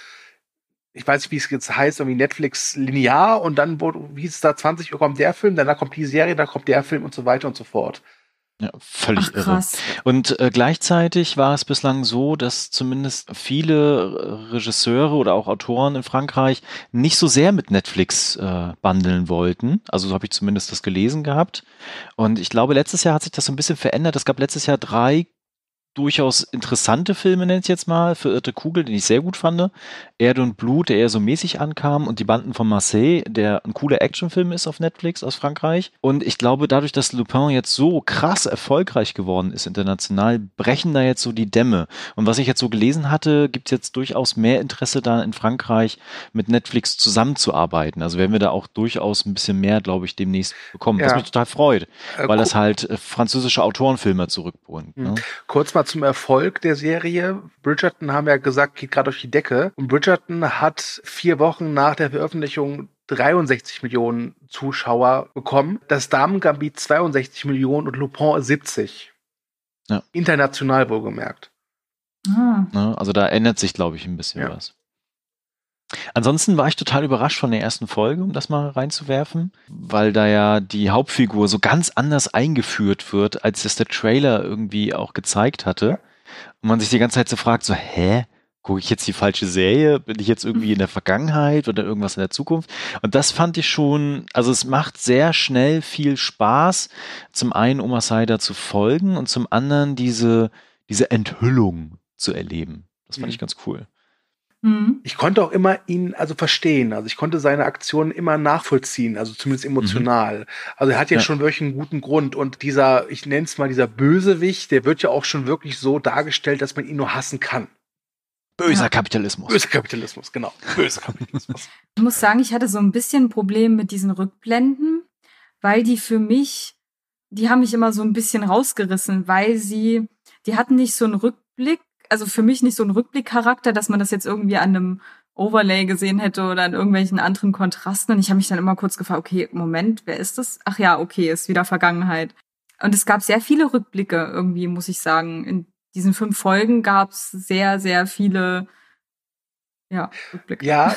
ich weiß nicht, wie es jetzt heißt, irgendwie Netflix linear und dann, wie ist es da, 20 Uhr kommt der Film, danach kommt die Serie, dann kommt der Film und so weiter und so fort. Ja, völlig Ach, irre. krass. Und gleichzeitig war es bislang so, dass zumindest viele Regisseure oder auch Autoren in Frankreich nicht so sehr mit Netflix bundeln wollten. Also so habe ich zumindest das gelesen gehabt. Und ich glaube, letztes Jahr hat sich das so ein bisschen verändert. Es gab letztes Jahr 3 durchaus interessante Filme, nenne ich jetzt mal, Verirrte Kugel, den ich sehr gut fand. Erde und Blut, der eher so mäßig ankam, und Die Banden von Marseille, der ein cooler Actionfilm ist auf Netflix aus Frankreich. Und ich glaube, dadurch, dass Lupin jetzt so krass erfolgreich geworden ist international, brechen da jetzt so die Dämme. Und was ich jetzt so gelesen hatte, gibt es jetzt durchaus mehr Interesse da in Frankreich mit Netflix zusammenzuarbeiten. Also werden wir da auch durchaus ein bisschen mehr, glaube ich, demnächst bekommen. Was Ja. mich total freut, weil Ku- das halt französische Autorenfilme zurückbringt. Ne? Kurz mal zum Erfolg der Serie. Bridgerton, haben wir ja gesagt, geht gerade durch die Decke. Und Bridgerton hat 4 Wochen nach der Veröffentlichung 63 Millionen Zuschauer bekommen. Das Damen-Gambit 62 Millionen und Lupin 70. Ja. International wohlgemerkt. Ah. Ne? Also da ändert sich, glaube ich, ein bisschen Ja. was. Ansonsten war ich total überrascht von der ersten Folge, um das mal reinzuwerfen, weil da ja die Hauptfigur so ganz anders eingeführt wird, als es der Trailer irgendwie auch gezeigt hatte. Und man sich die ganze Zeit so fragt, so, gucke ich jetzt die falsche Serie? Bin ich jetzt irgendwie in der Vergangenheit oder irgendwas in der Zukunft? Und das fand ich schon, also es macht sehr schnell viel Spaß, zum einen Omar Sy da zu folgen und zum anderen diese Enthüllung zu erleben. Das fand ich ganz cool. Mhm. Ich konnte auch immer ihn verstehen. Also ich konnte seine Aktionen immer nachvollziehen, also zumindest emotional. Also er hat ja schon wirklich einen guten Grund. Und dieser, ich nenne es mal dieser Bösewicht, der wird ja auch schon wirklich so dargestellt, dass man ihn nur hassen kann. Böser Kapitalismus. Böser Kapitalismus, genau. Böser Kapitalismus. Ich muss sagen, ich hatte so ein bisschen ein Problem mit diesen Rückblenden, weil die für mich, die haben mich immer so ein bisschen rausgerissen, weil die hatten nicht so einen Rückblick, also für mich nicht so einen Rückblickcharakter, dass man das jetzt irgendwie an einem Overlay gesehen hätte oder an irgendwelchen anderen Kontrasten. Und ich habe mich dann immer kurz gefragt, okay, Moment, wer ist das? Ach ja, okay, ist wieder Vergangenheit. Und es gab sehr viele Rückblicke irgendwie, muss ich sagen. In diesen 5 Folgen gab es sehr, sehr viele Rückblicke. Ja,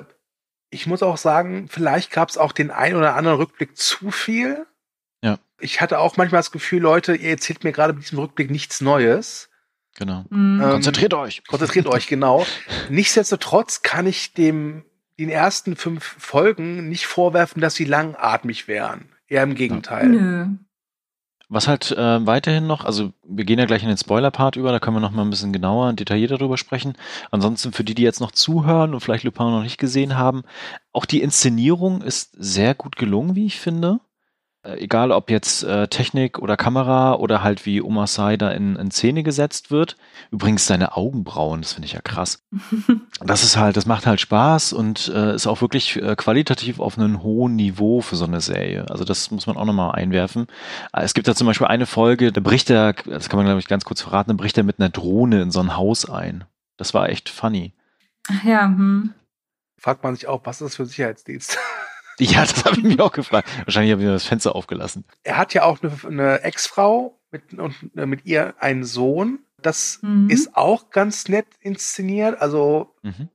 ich muss auch sagen, vielleicht gab es auch den einen oder anderen Rückblick zu viel. Ja. Ich hatte auch manchmal das Gefühl, Leute, ihr erzählt mir gerade mit diesem Rückblick nichts Neues. Genau. Konzentriert euch. Konzentriert euch, genau. Nichtsdestotrotz kann ich den ersten 5 Folgen nicht vorwerfen, dass sie langatmig wären. Eher im Gegenteil. Nö. Was halt weiterhin noch, also wir gehen ja gleich in den Spoiler-Part über, da können wir noch mal ein bisschen genauer und detaillierter darüber sprechen. Ansonsten für die jetzt noch zuhören und vielleicht Lupin noch nicht gesehen haben, auch die Inszenierung ist sehr gut gelungen, wie ich finde. Egal ob jetzt Technik oder Kamera oder halt wie Omar Sy da in Szene gesetzt wird. Übrigens seine Augenbrauen, das finde ich ja krass. Das macht halt Spaß und ist auch wirklich qualitativ auf einem hohen Niveau für so eine Serie. Also das muss man auch nochmal einwerfen. Es gibt da zum Beispiel eine Folge, da bricht er, das kann man glaube ich ganz kurz verraten, da bricht er mit einer Drohne in so ein Haus ein. Das war echt funny. Ach ja, Fragt man sich auch, was ist das für ein Sicherheitsdienst? Ja, das habe ich mich auch gefragt. Wahrscheinlich habe ich mir das Fenster aufgelassen. Er hat ja auch eine Ex-Frau mit ihr einen Sohn. Das ist auch ganz nett inszeniert. Also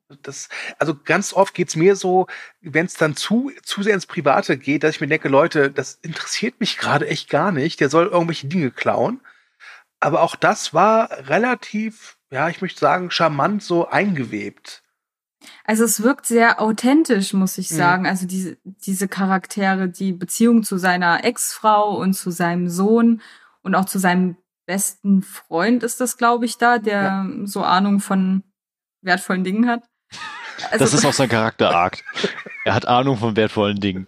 ganz oft geht's mir so, wenn es dann zu sehr ins Private geht, dass ich mir denke, Leute, das interessiert mich gerade echt gar nicht. Der soll irgendwelche Dinge klauen. Aber auch das war relativ, ja, ich möchte sagen, charmant so eingewebt. Also es wirkt sehr authentisch, muss ich sagen. Also diese Charaktere, die Beziehung zu seiner Ex-Frau und zu seinem Sohn und auch zu seinem besten Freund ist das, glaube ich, der so Ahnung von wertvollen Dingen hat. Also, das ist auch sein Charakter-Arc. Er hat Ahnung von wertvollen Dingen.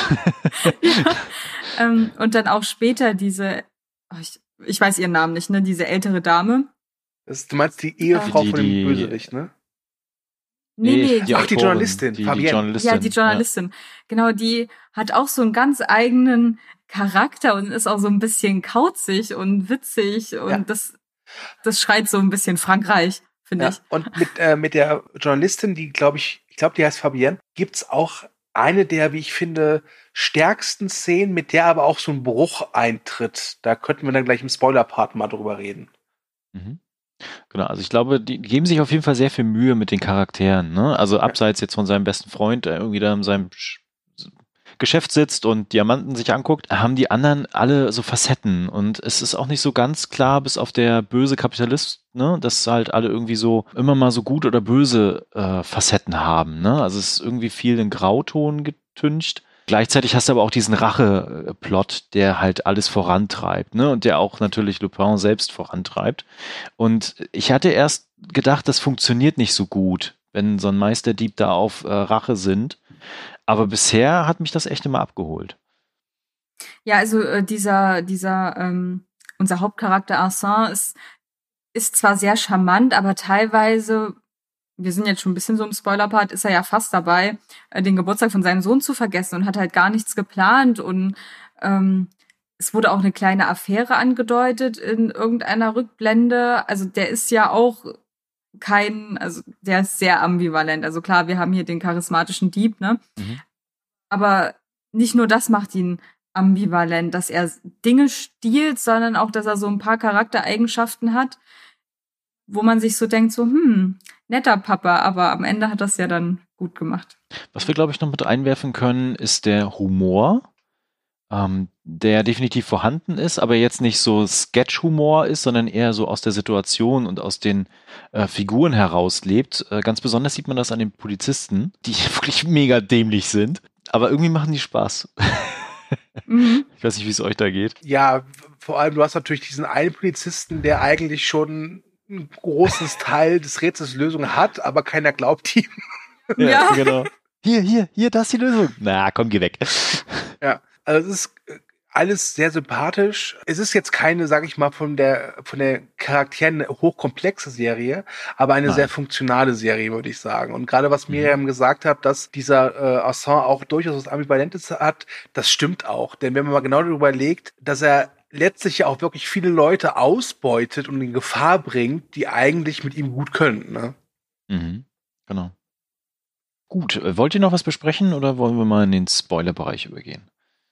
Und dann auch später diese, ich weiß ihren Namen nicht, ne, diese ältere Dame. Du meinst die Ehefrau von dem Bösewicht, ne? Nee, die Journalistin, Fabienne. Ja, die Journalistin. Ja. Genau, die hat auch so einen ganz eigenen Charakter und ist auch so ein bisschen kauzig und witzig und das schreit so ein bisschen Frankreich, finde ich. Und mit der Journalistin, die die heißt Fabienne, gibt's auch eine der, wie ich finde, stärksten Szenen, mit der aber auch so ein Bruch eintritt. Da könnten wir dann gleich im Spoiler-Part mal drüber reden. Mhm. Genau, also ich glaube, die geben sich auf jeden Fall sehr viel Mühe mit den Charakteren, ne? Also abseits jetzt von seinem besten Freund, der irgendwie da in seinem Geschäft sitzt und Diamanten sich anguckt, haben die anderen alle so Facetten und es ist auch nicht so ganz klar, bis auf der böse Kapitalist, ne, dass halt alle irgendwie so immer mal so gut oder böse Facetten haben, ne? Also es ist irgendwie viel in Grauton getüncht. Gleichzeitig hast du aber auch diesen Rache-Plot, der halt alles vorantreibt, ne? Und der auch natürlich Lupin selbst vorantreibt. Und ich hatte erst gedacht, das funktioniert nicht so gut, wenn so ein Meisterdieb da auf Rache sind. Aber bisher hat mich das echt immer abgeholt. Ja, also unser Hauptcharakter Arsène ist zwar sehr charmant, aber teilweise, wir sind jetzt schon ein bisschen so im Spoiler-Part, ist er ja fast dabei, den Geburtstag von seinem Sohn zu vergessen und hat halt gar nichts geplant und es wurde auch eine kleine Affäre angedeutet in irgendeiner Rückblende. Also der ist ja auch der ist sehr ambivalent. Also klar, wir haben hier den charismatischen Dieb, ne? Mhm. Aber nicht nur das macht ihn ambivalent, dass er Dinge stiehlt, sondern auch, dass er so ein paar Charaktereigenschaften hat, wo man sich so denkt, so, netter Papa, aber am Ende hat das ja dann gut gemacht. Was wir, glaube ich, noch mit einwerfen können, ist der Humor, der definitiv vorhanden ist, aber jetzt nicht so Sketch-Humor ist, sondern eher so aus der Situation und aus den Figuren heraus lebt. Ganz besonders sieht man das an den Polizisten, die wirklich mega dämlich sind, aber irgendwie machen die Spaß. Mhm. Ich weiß nicht, wie es euch da geht. Ja, vor allem, du hast natürlich diesen einen Polizisten, der eigentlich schon ein großes Teil des Rätsels Lösung hat, aber keiner glaubt ihm. Ja, genau. Hier, das ist die Lösung. Na, komm, geh weg. Ja, also es ist alles sehr sympathisch. Es ist jetzt keine, sag ich mal, von der Charakteren hochkomplexe Serie, aber eine sehr funktionale Serie, würde ich sagen. Und gerade was Miriam gesagt hat, dass dieser Arsène auch durchaus was Ambivalentes hat, das stimmt auch. Denn wenn man mal genau darüber überlegt, dass er letztlich ja auch wirklich viele Leute ausbeutet und in Gefahr bringt, die eigentlich mit ihm gut können, ne? Mhm, genau. Gut, wollt ihr noch was besprechen oder wollen wir mal in den Spoiler-Bereich übergehen?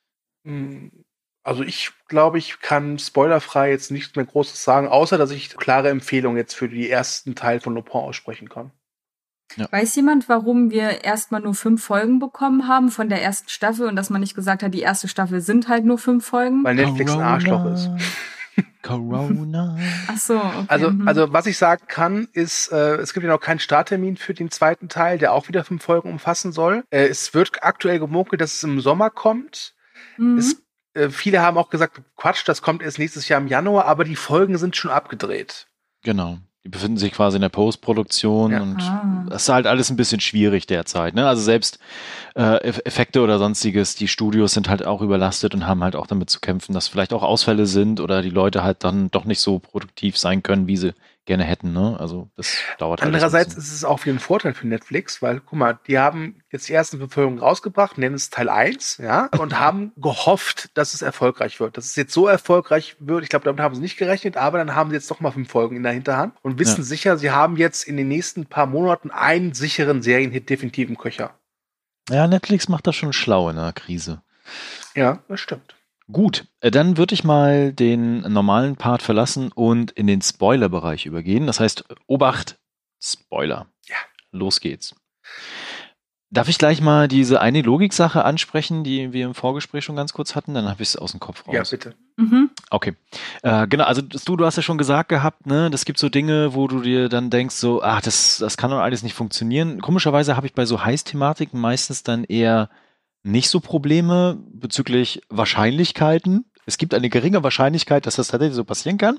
Also ich glaube, ich kann spoilerfrei jetzt nichts mehr Großes sagen, außer dass ich klare Empfehlungen jetzt für die ersten Teil von Lupin aussprechen kann. Ja. Weiß jemand, warum wir erstmal nur 5 Folgen bekommen haben von der ersten Staffel und dass man nicht gesagt hat, die erste Staffel sind halt nur 5 Folgen? Weil Netflix ein Arschloch ist. Corona. Ach so, okay. Also was ich sagen kann, ist, es gibt ja noch keinen Starttermin für den zweiten Teil, der auch wieder 5 Folgen umfassen soll. Es wird aktuell gemunkelt, dass es im Sommer kommt. Viele haben auch gesagt, Quatsch, das kommt erst nächstes Jahr im Januar, aber die Folgen sind schon abgedreht. Genau. Die befinden sich quasi in der Postproduktion und das ist halt alles ein bisschen schwierig derzeit, ne? Also selbst Effekte oder sonstiges, die Studios sind halt auch überlastet und haben halt auch damit zu kämpfen, dass vielleicht auch Ausfälle sind oder die Leute halt dann doch nicht so produktiv sein können, wie sie gerne hätten, ne? Also das dauert halt. Andererseits ist es auch wieder ein Vorteil für Netflix, weil, guck mal, die haben jetzt die ersten Verfilmungen rausgebracht, nennen es Teil 1, ja, und haben gehofft, dass es erfolgreich wird. Dass es jetzt so erfolgreich wird, ich glaube, damit haben sie nicht gerechnet, aber dann haben sie jetzt doch mal 5 Folgen in der Hinterhand und wissen sicher, sie haben jetzt in den nächsten paar Monaten einen sicheren Serienhit definitiv im Köcher. Ja, Netflix macht das schon schlau in der Krise. Ja, das stimmt. Gut, dann würde ich mal den normalen Part verlassen und in den Spoiler-Bereich übergehen. Das heißt, Obacht, Spoiler. Ja. Los geht's. Darf ich gleich mal diese eine Logik-Sache ansprechen, die wir im Vorgespräch schon ganz kurz hatten? Dann habe ich es aus dem Kopf raus. Ja, bitte. Okay. Genau, also du hast ja schon gesagt gehabt, ne, das gibt so Dinge, wo du dir dann denkst, so, das kann doch alles nicht funktionieren. Komischerweise habe ich bei so Heiß-Thematiken meistens dann eher nicht so Probleme bezüglich Wahrscheinlichkeiten. Es gibt eine geringe Wahrscheinlichkeit, dass das tatsächlich so passieren kann.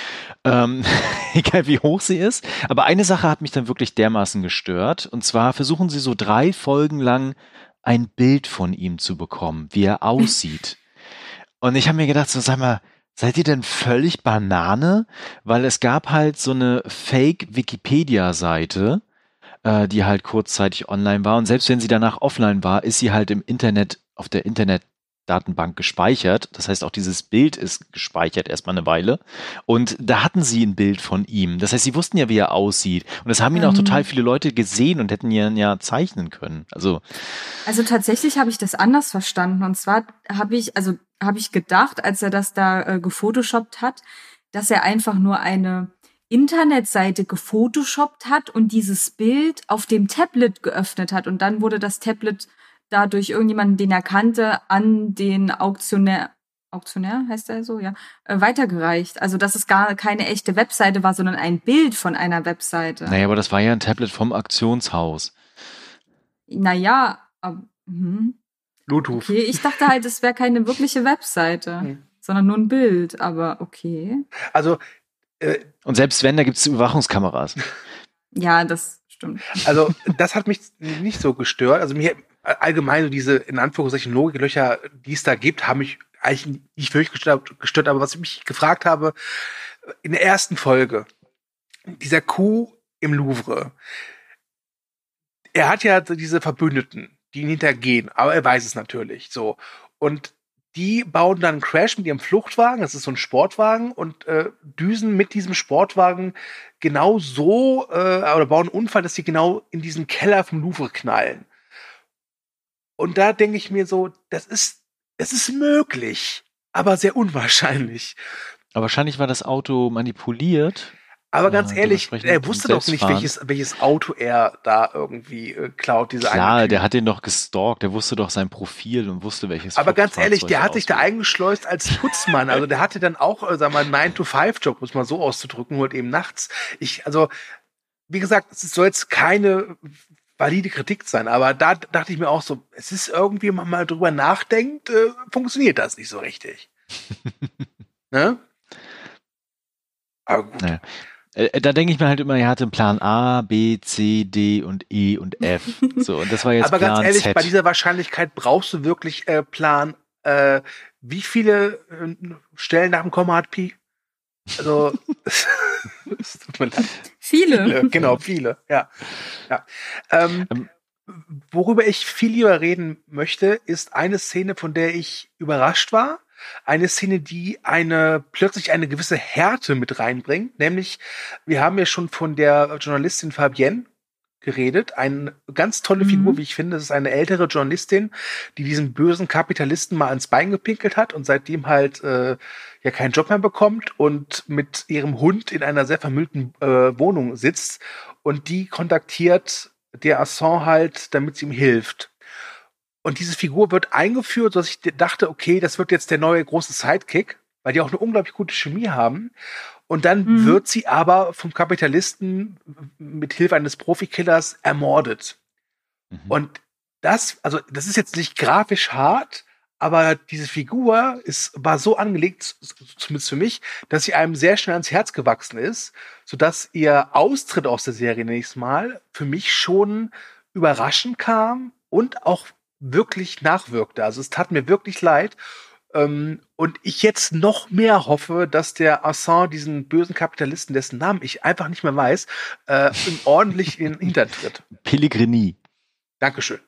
Egal wie hoch sie ist. Aber eine Sache hat mich dann wirklich dermaßen gestört. Und zwar versuchen sie so 3 Folgen lang ein Bild von ihm zu bekommen, wie er aussieht. Und ich habe mir gedacht, so, sag mal, seid ihr denn völlig Banane? Weil es gab halt so eine Fake-Wikipedia-Seite, die halt kurzzeitig online war. Und selbst wenn sie danach offline war, ist sie halt im Internet, auf der Internetdatenbank gespeichert. Das heißt, auch dieses Bild ist gespeichert erstmal eine Weile. Und da hatten sie ein Bild von ihm. Das heißt, sie wussten ja, wie er aussieht. Und das haben ihn auch total viele Leute gesehen und hätten ihn ja zeichnen können. Also tatsächlich habe ich das anders verstanden. Und zwar habe ich gedacht, als er das da gefotoshoppt hat, dass er einfach nur eine Internetseite gefotoshoppt hat und dieses Bild auf dem Tablet geöffnet hat. Und dann wurde das Tablet da durch irgendjemanden, den er kannte, an den Auktionär heißt er so, ja, weitergereicht. Also, dass es gar keine echte Webseite war, sondern ein Bild von einer Webseite. Naja, aber das war ja ein Tablet vom Auktionshaus. Naja, Bluetooth. Okay, ich dachte halt, es wäre keine wirkliche Webseite, sondern nur ein Bild, aber okay. Also, und selbst wenn, da gibt es Überwachungskameras. Ja, das stimmt. Also, das hat mich nicht so gestört. Also, mir allgemein so diese, in Anführungszeichen, Logiklöcher, die es da gibt, haben mich eigentlich nicht wirklich gestört. Aber was ich mich gefragt habe, in der ersten Folge, dieser Coup im Louvre, er hat ja diese Verbündeten, die ihn hintergehen, aber er weiß es natürlich, so. Und die bauen dann einen Crash mit ihrem Fluchtwagen, das ist so ein Sportwagen, und düsen mit diesem Sportwagen genau so, oder bauen einen Unfall, dass sie genau in diesen Keller vom Louvre knallen. Und da denke ich mir so, das ist möglich, aber sehr unwahrscheinlich. Aber wahrscheinlich war das Auto manipuliert. Aber ganz ehrlich, er wusste doch nicht, welches Auto er da irgendwie klaut. Klar, der hat den doch gestalkt, der wusste doch sein Profil und wusste, welches Aber ganz ehrlich, der hat sich da eingeschleust als Putzmann. Also der hatte dann auch, sagen wir mal, einen 9-to-5-Job, muss man so auszudrücken, halt eben nachts. Also, wie gesagt, es soll jetzt keine valide Kritik sein, aber da dachte ich mir auch so, es ist irgendwie, wenn man mal drüber nachdenkt, funktioniert das nicht so richtig. Ne? Aber gut. Naja. Da denke ich mir halt immer, er hatte einen Plan A, B, C, D und E und F. So, und das war jetzt aber Plan ganz ehrlich, Z. bei dieser Wahrscheinlichkeit brauchst du wirklich Plan. Wie viele Stellen nach dem Komma hat Pi? Also, es tut mir leid. Viele. Genau, viele, ja. Worüber ich viel lieber reden möchte, ist eine Szene, von der ich überrascht war. Eine Szene, die plötzlich eine gewisse Härte mit reinbringt. Nämlich, wir haben ja schon von der Journalistin Fabienne geredet. Eine ganz tolle Figur, wie ich finde. Das ist eine ältere Journalistin, die diesen bösen Kapitalisten mal ans Bein gepinkelt hat und seitdem halt ja keinen Job mehr bekommt und mit ihrem Hund in einer sehr vermüllten Wohnung sitzt. Und die kontaktiert der Assange halt, damit sie ihm hilft. Und diese Figur wird eingeführt, dass ich dachte, okay, das wird jetzt der neue große Sidekick, weil die auch eine unglaublich gute Chemie haben. Und dann wird sie aber vom Kapitalisten mit Hilfe eines Profikillers ermordet. Und das ist jetzt nicht grafisch hart, aber diese Figur war so angelegt, zumindest für mich, dass sie einem sehr schnell ans Herz gewachsen ist, sodass ihr Austritt aus der Serie nächstes Mal für mich schon überraschend kam und auch wirklich nachwirkte. Also es tat mir wirklich leid. Und ich jetzt noch mehr hoffe, dass der Assange diesen bösen Kapitalisten, dessen Namen ich einfach nicht mehr weiß, ordentlich in den Hintern tritt. Pellegrini. Dankeschön.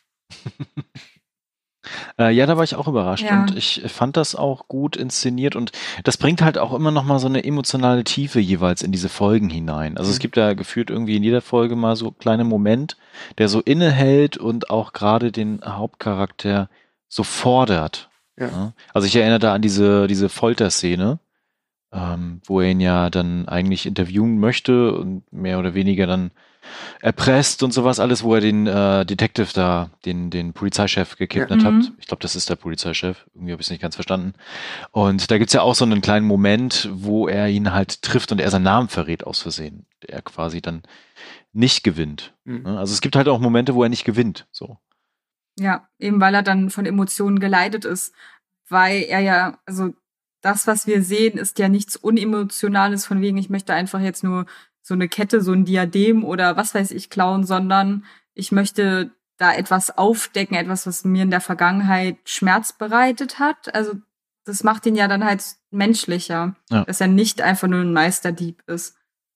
Ja, da war ich auch überrascht und ich fand das auch gut inszeniert und das bringt halt auch immer noch mal so eine emotionale Tiefe jeweils in diese Folgen hinein. Also es gibt da gefühlt irgendwie in jeder Folge mal so kleine Moment, der so innehält und auch gerade den Hauptcharakter so fordert. Ja. Also ich erinnere da an diese Folterszene, wo er ihn ja dann eigentlich interviewen möchte und mehr oder weniger dann erpresst und sowas alles, wo er den Detective da, den Polizeichef gekidnappt hat. Ich glaube, das ist der Polizeichef. Irgendwie habe ich es nicht ganz verstanden. Und da gibt's ja auch so einen kleinen Moment, wo er ihn halt trifft und er seinen Namen verrät aus Versehen. Der quasi dann nicht gewinnt. Also es gibt halt auch Momente, wo er nicht gewinnt. So. Ja, eben weil er dann von Emotionen geleitet ist. weil er ja, also das, was wir sehen, ist ja nichts Unemotionales von wegen, ich möchte einfach jetzt nur so eine Kette, so ein Diadem oder was weiß ich klauen, sondern ich möchte da etwas aufdecken, etwas, was mir in der Vergangenheit Schmerz bereitet hat. Also das macht ihn ja dann halt menschlicher, dass er nicht einfach nur ein Meisterdieb ist.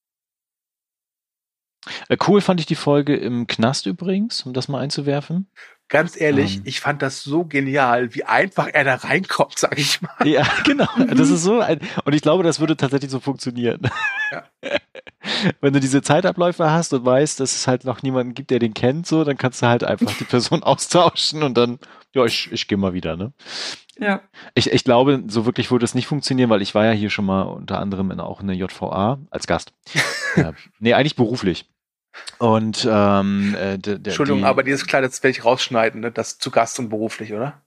Cool fand ich die Folge im Knast übrigens, um das mal einzuwerfen. Ganz ehrlich, ich fand das so genial, wie einfach er da reinkommt, sag ich mal. Ja, genau. Das ist so und ich glaube, das würde tatsächlich so funktionieren. Ja. Wenn du diese Zeitabläufe hast und weißt, dass es halt noch niemanden gibt, der den kennt, so, dann kannst du halt einfach die Person austauschen und dann, ja, ich gehe mal wieder, ne? Ja. Ich glaube, so wirklich würde es nicht funktionieren, weil ich war ja hier schon mal unter anderem auch in der JVA als Gast. Nee, eigentlich beruflich. Und Entschuldigung, aber dir ist klar, das werde ich rausschneiden, ne? Das zu Gast und beruflich, oder?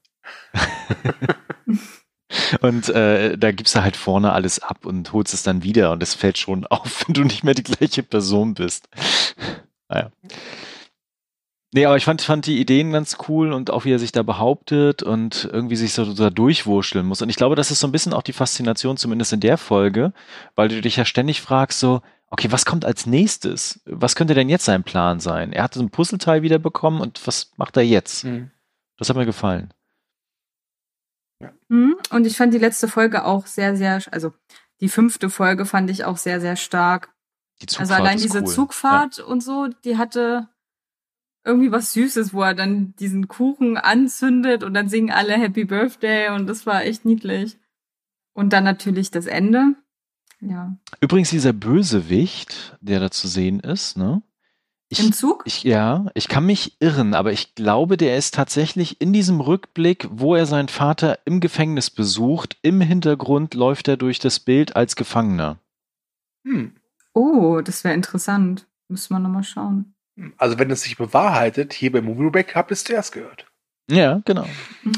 Und da gibst du halt vorne alles ab und holst es dann wieder und es fällt schon auf, wenn du nicht mehr die gleiche Person bist. Naja. Nee, aber ich fand die Ideen ganz cool und auch wie er sich da behauptet und irgendwie sich so da durchwurschteln muss. Und ich glaube, das ist so ein bisschen auch die Faszination, zumindest in der Folge, weil du dich ja ständig fragst so, okay, was kommt als nächstes? Was könnte denn jetzt sein Plan sein? Er hatte so ein Puzzleteil wiederbekommen und was macht er jetzt? Das hat mir gefallen. Ja. Und ich fand die letzte Folge auch sehr, sehr, also die 5. Folge fand ich auch sehr, sehr stark. Die Zugfahrt also allein ist diese cool. Zugfahrt und so, die hatte irgendwie was Süßes, wo er dann diesen Kuchen anzündet und dann singen alle Happy Birthday und das war echt niedlich. Und dann natürlich das Ende. Ja. Übrigens dieser Bösewicht, der da zu sehen ist, ne? Im Zug? Ich kann mich irren, aber ich glaube, der ist tatsächlich in diesem Rückblick, wo er seinen Vater im Gefängnis besucht, im Hintergrund läuft er durch das Bild als Gefangener. Oh, das wäre interessant. Müssen wir nochmal schauen. Also wenn es sich bewahrheitet, hier bei Movie Break habt ihr es zuerst gehört. Ja, genau.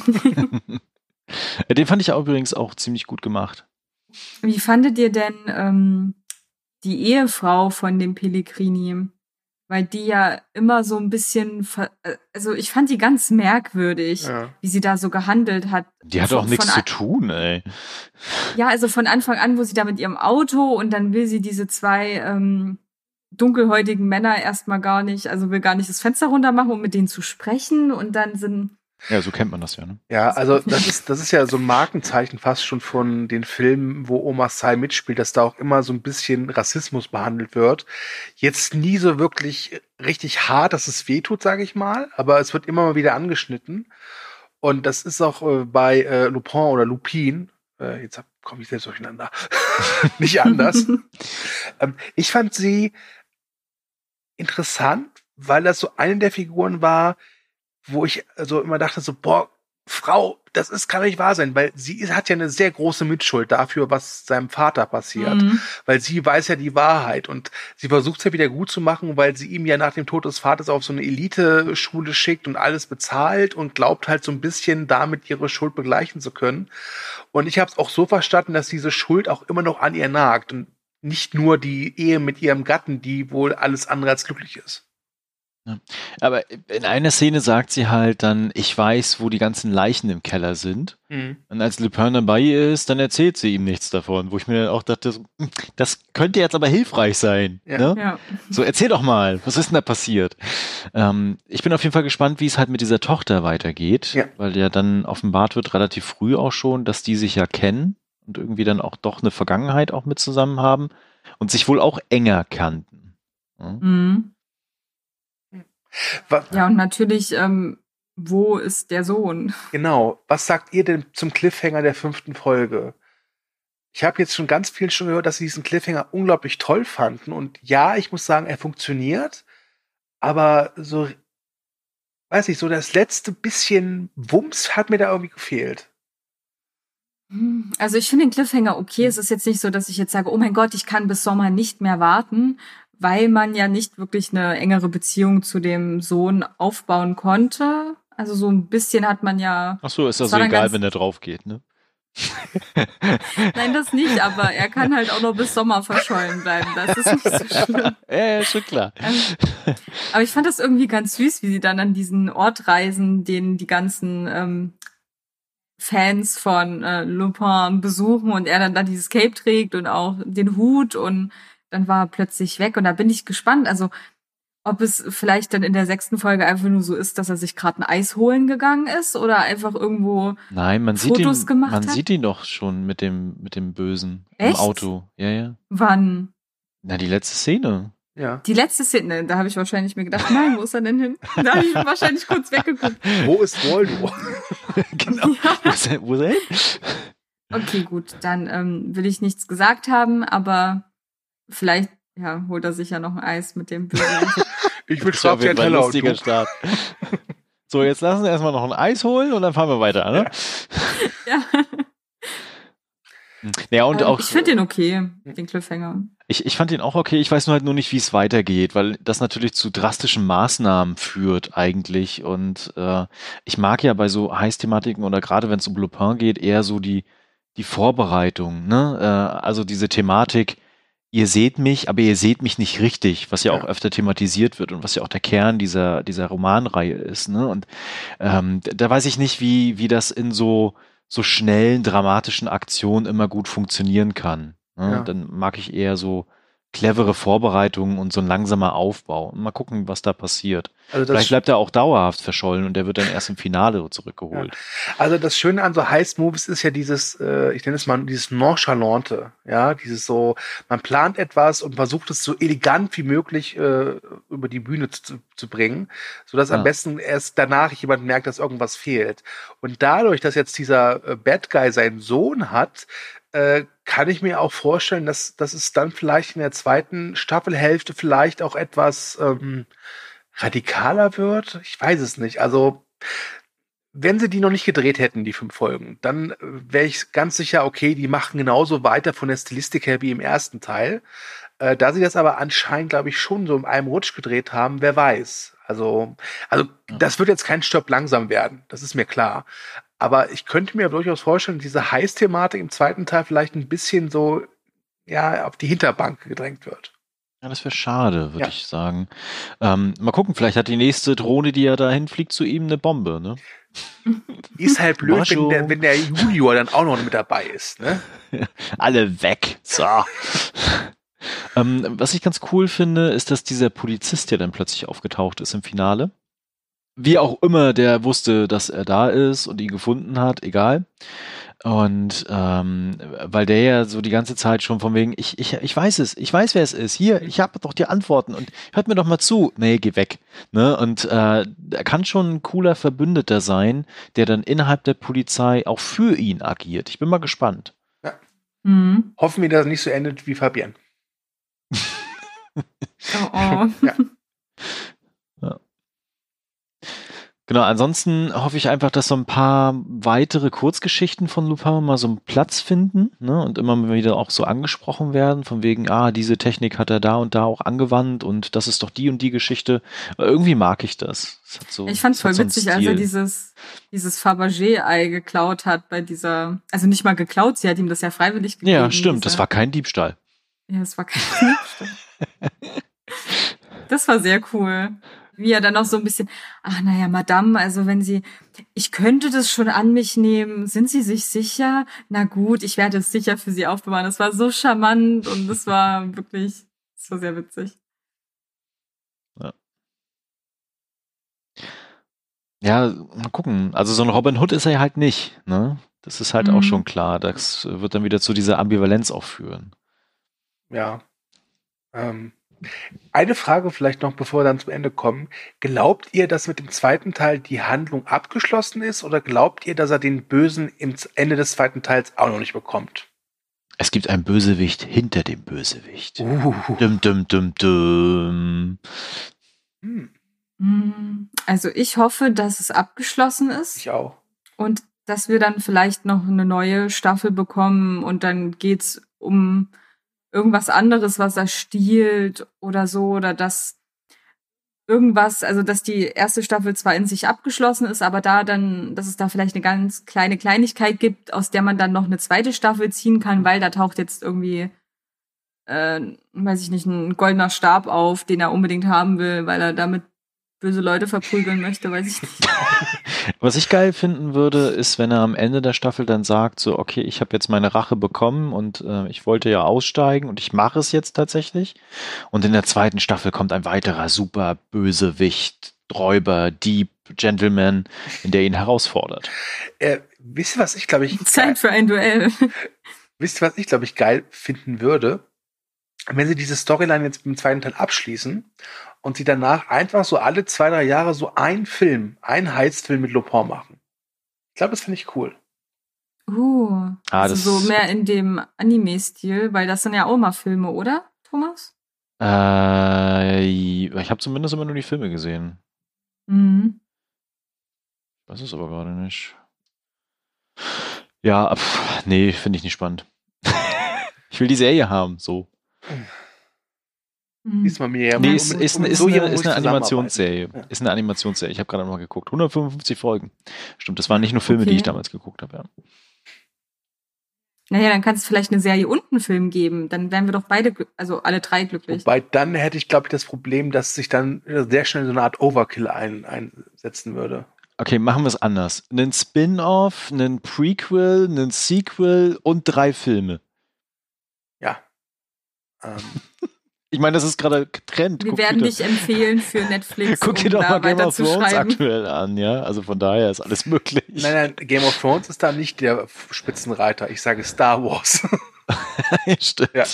Den fand ich auch übrigens auch ziemlich gut gemacht. Wie fandet ihr denn die Ehefrau von dem Pellegrini? Weil die ja immer so ein bisschen, also ich fand die ganz merkwürdig, wie sie da so gehandelt hat. Die hat auch nichts zu tun, ey. Ja, also von Anfang an, wo sie da mit ihrem Auto und dann will sie diese 2 dunkelhäutigen Männer erstmal gar nicht, also will gar nicht das Fenster runter machen, um mit denen zu sprechen und dann sind... Ja, so kennt man das ja, ne? Ja, also das ist ja so ein Markenzeichen fast schon von den Filmen, wo Omar Sy mitspielt, dass da auch immer so ein bisschen Rassismus behandelt wird. Jetzt nie so wirklich richtig hart, dass es wehtut, sage ich mal, aber es wird immer mal wieder angeschnitten. Und das ist auch bei Lupin oder Lupin, jetzt komme ich selbst durcheinander, nicht anders. Ich fand sie interessant, weil das so eine der Figuren war, wo ich so immer dachte so, boah, Frau, kann nicht wahr sein, weil sie hat ja eine sehr große Mitschuld dafür, was seinem Vater passiert, weil sie weiß ja die Wahrheit und sie versucht es ja wieder gut zu machen, weil sie ihm ja nach dem Tod des Vaters auf so eine Elite-Schule schickt und alles bezahlt und glaubt halt so ein bisschen damit ihre Schuld begleichen zu können. Und ich habe es auch so verstanden, dass diese Schuld auch immer noch an ihr nagt und nicht nur die Ehe mit ihrem Gatten, die wohl alles andere als glücklich ist. Ja. Aber in einer Szene sagt sie halt dann, ich weiß, wo die ganzen Leichen im Keller sind. Und als Lupin dabei ist, dann erzählt sie ihm nichts davon, wo ich mir dann auch dachte, das könnte jetzt aber hilfreich sein. Ja. Ne? Ja. So, erzähl doch mal, was ist denn da passiert? Ich bin auf jeden Fall gespannt, wie es halt mit dieser Tochter weitergeht, weil ja dann offenbart wird relativ früh auch schon, dass die sich ja kennen und irgendwie dann auch doch eine Vergangenheit auch mit zusammen haben und sich wohl auch enger kannten. Ja, und natürlich, wo ist der Sohn? Genau. Was sagt ihr denn zum Cliffhanger der 5. Folge? Ich habe jetzt schon ganz viel gehört, dass sie diesen Cliffhanger unglaublich toll fanden. Und ja, ich muss sagen, er funktioniert. Aber so, weiß ich, so das letzte bisschen Wumms hat mir da irgendwie gefehlt. Also ich finde den Cliffhanger okay. Es ist jetzt nicht so, dass ich jetzt sage, oh mein Gott, ich kann bis Sommer nicht mehr warten, weil man ja nicht wirklich eine engere Beziehung zu dem Sohn aufbauen konnte. Also so ein bisschen hat man ja... Ach so, ist das so egal, wenn der drauf geht, ne? Nein, das nicht, aber er kann halt auch noch bis Sommer verschollen bleiben. Das ist nicht so schlimm. Ja, schon klar. Aber ich fand das irgendwie ganz süß, wie sie dann an diesen Ort reisen, den die ganzen Fans von Lupin besuchen und er dann da dieses Cape trägt und auch den Hut und dann war er plötzlich weg und da bin ich gespannt, also ob es vielleicht dann in der 6. Folge einfach nur so ist, dass er sich gerade ein Eis holen gegangen ist oder einfach irgendwo Nein, man Fotos gemacht man hat. sieht ihn doch schon mit dem Bösen im Echt? Auto. Ja, ja. Wann? Na, die letzte Szene. Ja. Die letzte Szene, da habe ich wahrscheinlich mir gedacht, nein, wo ist er denn hin? Da habe ich wahrscheinlich kurz weggeguckt. Wo ist Voldo? Genau. Ja. Wo ist er hin? Okay, gut, dann will ich nichts gesagt haben, aber vielleicht holt er sich ja noch ein Eis mit dem Bösen. Ich will Das war auf jeden Schwarz Fall ein Teller und lustiger du. Start. So, jetzt lassen wir erstmal noch ein Eis holen und dann fahren wir weiter, ne? Ja. Ja, und auch. Ich finde den okay, den Cliffhanger. Ich fand ihn auch okay, ich weiß nur halt nur nicht, wie es weitergeht, weil das natürlich zu drastischen Maßnahmen führt eigentlich und ich mag ja bei so Heiß-Thematiken oder gerade wenn es um Lupin geht, eher so die Vorbereitung, ne? Also diese Thematik, ihr seht mich, aber ihr seht mich nicht richtig, was ja auch öfter thematisiert wird und was ja auch der Kern dieser Romanreihe ist, ne? Und da weiß ich nicht, wie das in so schnellen, dramatischen Aktionen immer gut funktionieren kann. Ne? Ja. Dann mag ich eher so clevere Vorbereitungen und so ein langsamer Aufbau. Mal gucken, was da passiert. Also Vielleicht bleibt er auch dauerhaft verschollen und der wird dann erst im Finale zurückgeholt. Ja. Also das Schöne an so Heist-Movies ist ja dieses, ich nenne es mal dieses Nonchalante, ja, dieses so, man plant etwas und versucht es so elegant wie möglich über die Bühne zu bringen, sodass am besten erst danach jemand merkt, dass irgendwas fehlt. Und dadurch, dass jetzt dieser Bad Guy seinen Sohn hat, kann ich mir auch vorstellen, dass es dann vielleicht in der 2. Staffelhälfte vielleicht auch etwas radikaler wird. Ich weiß es nicht. Also, wenn sie die noch nicht gedreht hätten, die 5 Folgen, dann wäre ich ganz sicher, okay, die machen genauso weiter von der Stilistik her wie im ersten Teil. Da sie das aber anscheinend, glaube ich, schon so in einem Rutsch gedreht haben, wer weiß. Also das wird jetzt kein Stopp langsam werden. Das ist mir klar. Aber ich könnte mir durchaus vorstellen, diese Heiß-Thematik im 2. Teil vielleicht ein bisschen so, auf die Hinterbank gedrängt wird. Ja, das wäre schade, würde ich sagen. Mal gucken, vielleicht hat die nächste Drohne, die ja dahin fliegt, zu ihm eine Bombe, ne? Ist halt blöd, wenn der Junior dann auch noch mit dabei ist, ne? Alle weg. So. Was ich ganz cool finde, ist, dass dieser Polizist ja dann plötzlich aufgetaucht ist im Finale. Wie auch immer, der wusste, dass er da ist und ihn gefunden hat, egal. Und weil der ja so die ganze Zeit schon von wegen, ich weiß es, ich weiß, wer es ist. Hier, ich habe doch die Antworten und hört mir doch mal zu. Nee, geh weg. Ne? Und er kann schon ein cooler Verbündeter sein, der dann innerhalb der Polizei auch für ihn agiert. Ich bin mal gespannt. Ja. Mhm. Hoffen wir, dass es nicht so endet wie Fabienne. Ja. Ja. Genau, ansonsten hoffe ich einfach, dass so ein paar weitere Kurzgeschichten von Lupin mal so einen Platz finden, ne, und immer mal wieder auch so angesprochen werden, von wegen, diese Technik hat er da und da auch angewandt und das ist doch die und die Geschichte. Aber irgendwie mag ich das. Ich fand's voll witzig, als er dieses Fabergé-Ei geklaut hat bei dieser, also nicht mal geklaut, sie hat ihm das ja freiwillig gegeben. Ja, stimmt, das war kein Diebstahl. Ja, das war kein Diebstahl. Das war sehr cool. Wie er dann noch so ein bisschen, Madame, also ich könnte das schon an mich nehmen, sind Sie sich sicher? Na gut, ich werde es sicher für Sie aufbewahren. Das war so charmant und das war sehr witzig. Ja, mal gucken. Also so ein Robin Hood ist er halt nicht, ne? Das ist halt auch schon klar. Das wird dann wieder zu dieser Ambivalenz auch führen. Ja. Eine Frage vielleicht noch, bevor wir dann zum Ende kommen. Glaubt ihr, dass mit dem 2. Teil die Handlung abgeschlossen ist oder glaubt ihr, dass er den Bösen im Ende des 2. Teils auch noch nicht bekommt? Es gibt einen Bösewicht hinter dem Bösewicht. Dum, dum, dum, dum. Also ich hoffe, dass es abgeschlossen ist. Ich auch. Und dass wir dann vielleicht noch eine neue Staffel bekommen und dann geht's um irgendwas anderes, was er stiehlt oder so, oder dass irgendwas, also dass die erste Staffel zwar in sich abgeschlossen ist, aber dass es da vielleicht eine ganz kleine Kleinigkeit gibt, aus der man dann noch eine 2. Staffel ziehen kann, weil da taucht jetzt irgendwie, weiß ich nicht, ein goldener Stab auf, den er unbedingt haben will, weil er damit böse Leute verprügeln möchte, weiß ich nicht. Was ich geil finden würde, ist, wenn er am Ende der Staffel dann sagt, so, okay, ich habe jetzt meine Rache bekommen und ich wollte ja aussteigen und ich mache es jetzt tatsächlich. Und in der zweiten Staffel kommt ein weiterer super Bösewicht, Räuber, Dieb, Gentleman, in der ihn herausfordert. Wisst ihr, was ich glaube ich Zeit für ein Duell. Wisst ihr, was ich glaube ich geil finden würde? Wenn sie diese Storyline jetzt im zweiten Teil abschließen und sie danach einfach so alle 2-3 Jahre so einen Heistfilm mit Lupin machen. Ich glaube, das finde ich cool. Also so mehr in dem Anime-Stil, weil das sind ja auch mal Filme, oder, Thomas? Ich habe zumindest immer nur die Filme gesehen. Mhm. Ich weiß es aber gerade nicht. Ja, nee, finde ich nicht spannend. Ich will die Serie haben, so. Diesmal mehr. Nee, ist eine Animationsserie. Ja. Ist eine Animationsserie. Ich habe gerade mal geguckt. 155 Folgen. Stimmt, das waren nicht nur Filme, die ich damals geguckt habe. Ja. Naja, dann kann es vielleicht eine Serie und einen Film geben. Dann wären wir doch beide, also alle 3 glücklich. Wobei dann hätte ich, glaube ich, das Problem, dass sich dann sehr schnell so eine Art Overkill einsetzen würde. Okay, machen wir es anders. Einen Spin-off, einen Prequel, einen Sequel und 3 Filme. Ja. Ich meine, das ist gerade Trend. Wir werden dich empfehlen für Netflix. Guck dir doch mal Game of Thrones aktuell an, ja? Also von daher ist alles möglich. Nein, Game of Thrones ist da nicht der Spitzenreiter. Ich sage Star Wars. Stimmt. Ja.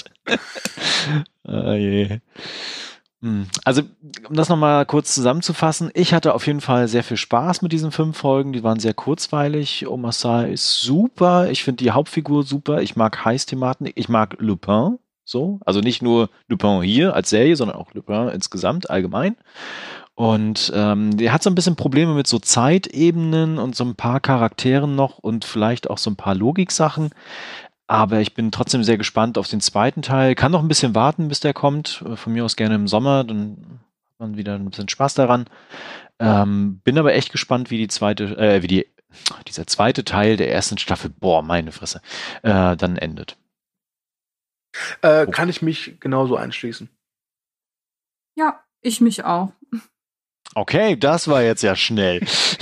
Je. Also, um das nochmal kurz zusammenzufassen, ich hatte auf jeden Fall sehr viel Spaß mit diesen 5 Folgen. Die waren sehr kurzweilig. Omasai ist super. Ich finde die Hauptfigur super. Ich mag Heist-Thematik. Ich mag Lupin. So, also nicht nur Lupin hier als Serie, sondern auch Lupin insgesamt, allgemein. Und der hat so ein bisschen Probleme mit so Zeitebenen und so ein paar Charakteren noch und vielleicht auch so ein paar Logiksachen. Aber ich bin trotzdem sehr gespannt auf den zweiten Teil. Kann noch ein bisschen warten, bis der kommt. Von mir aus gerne im Sommer, dann hat man wieder ein bisschen Spaß daran. Bin aber echt gespannt, wie dieser zweite Teil der ersten Staffel, meine Fresse, dann endet. Kann ich mich genauso einschließen. Ja, ich mich auch. Okay, das war jetzt ja schnell.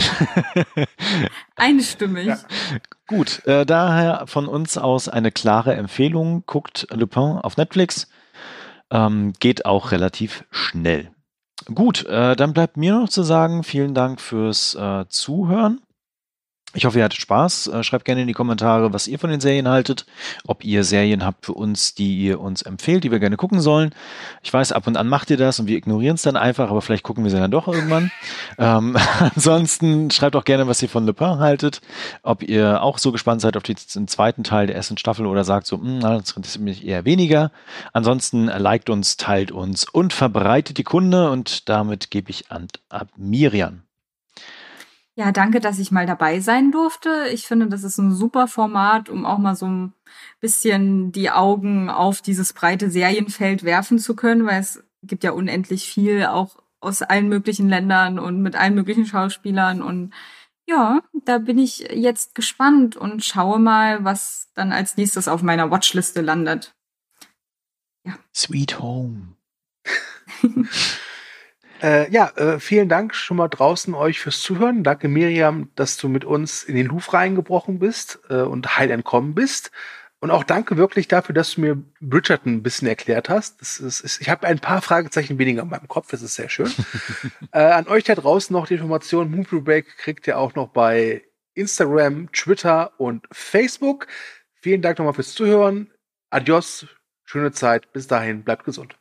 Einstimmig. Ja. Gut, daher von uns aus eine klare Empfehlung. Guckt Lupin auf Netflix. Geht auch relativ schnell. Gut, dann bleibt mir noch zu sagen, vielen Dank fürs Zuhören. Ich hoffe, ihr hattet Spaß. Schreibt gerne in die Kommentare, was ihr von den Serien haltet. Ob ihr Serien habt für uns, die ihr uns empfehlt, die wir gerne gucken sollen. Ich weiß, ab und an macht ihr das und wir ignorieren es dann einfach, aber vielleicht gucken wir sie dann doch irgendwann. Ansonsten schreibt auch gerne, was ihr von Lupin haltet. Ob ihr auch so gespannt seid auf den zweiten Teil der ersten Staffel oder sagt so, das interessiert mich eher weniger. Ansonsten liked uns, teilt uns und verbreitet die Kunde. Und damit gebe ich an Miriam. Ja, danke, dass ich mal dabei sein durfte. Ich finde, das ist ein super Format, um auch mal so ein bisschen die Augen auf dieses breite Serienfeld werfen zu können, weil es gibt ja unendlich viel, auch aus allen möglichen Ländern und mit allen möglichen Schauspielern. Und ja, da bin ich jetzt gespannt und schaue mal, was dann als nächstes auf meiner Watchliste landet. Ja. Sweet Home. Vielen Dank schon mal draußen euch fürs Zuhören. Danke, Miriam, dass du mit uns in den Louvre reingebrochen bist und heil entkommen bist. Und auch danke wirklich dafür, dass du mir Bridgerton ein bisschen erklärt hast. Ich habe ein paar Fragezeichen weniger in meinem Kopf, das ist sehr schön. An euch da draußen noch die Information, Movie Break kriegt ihr auch noch bei Instagram, Twitter und Facebook. Vielen Dank nochmal fürs Zuhören. Adios, schöne Zeit. Bis dahin, bleibt gesund.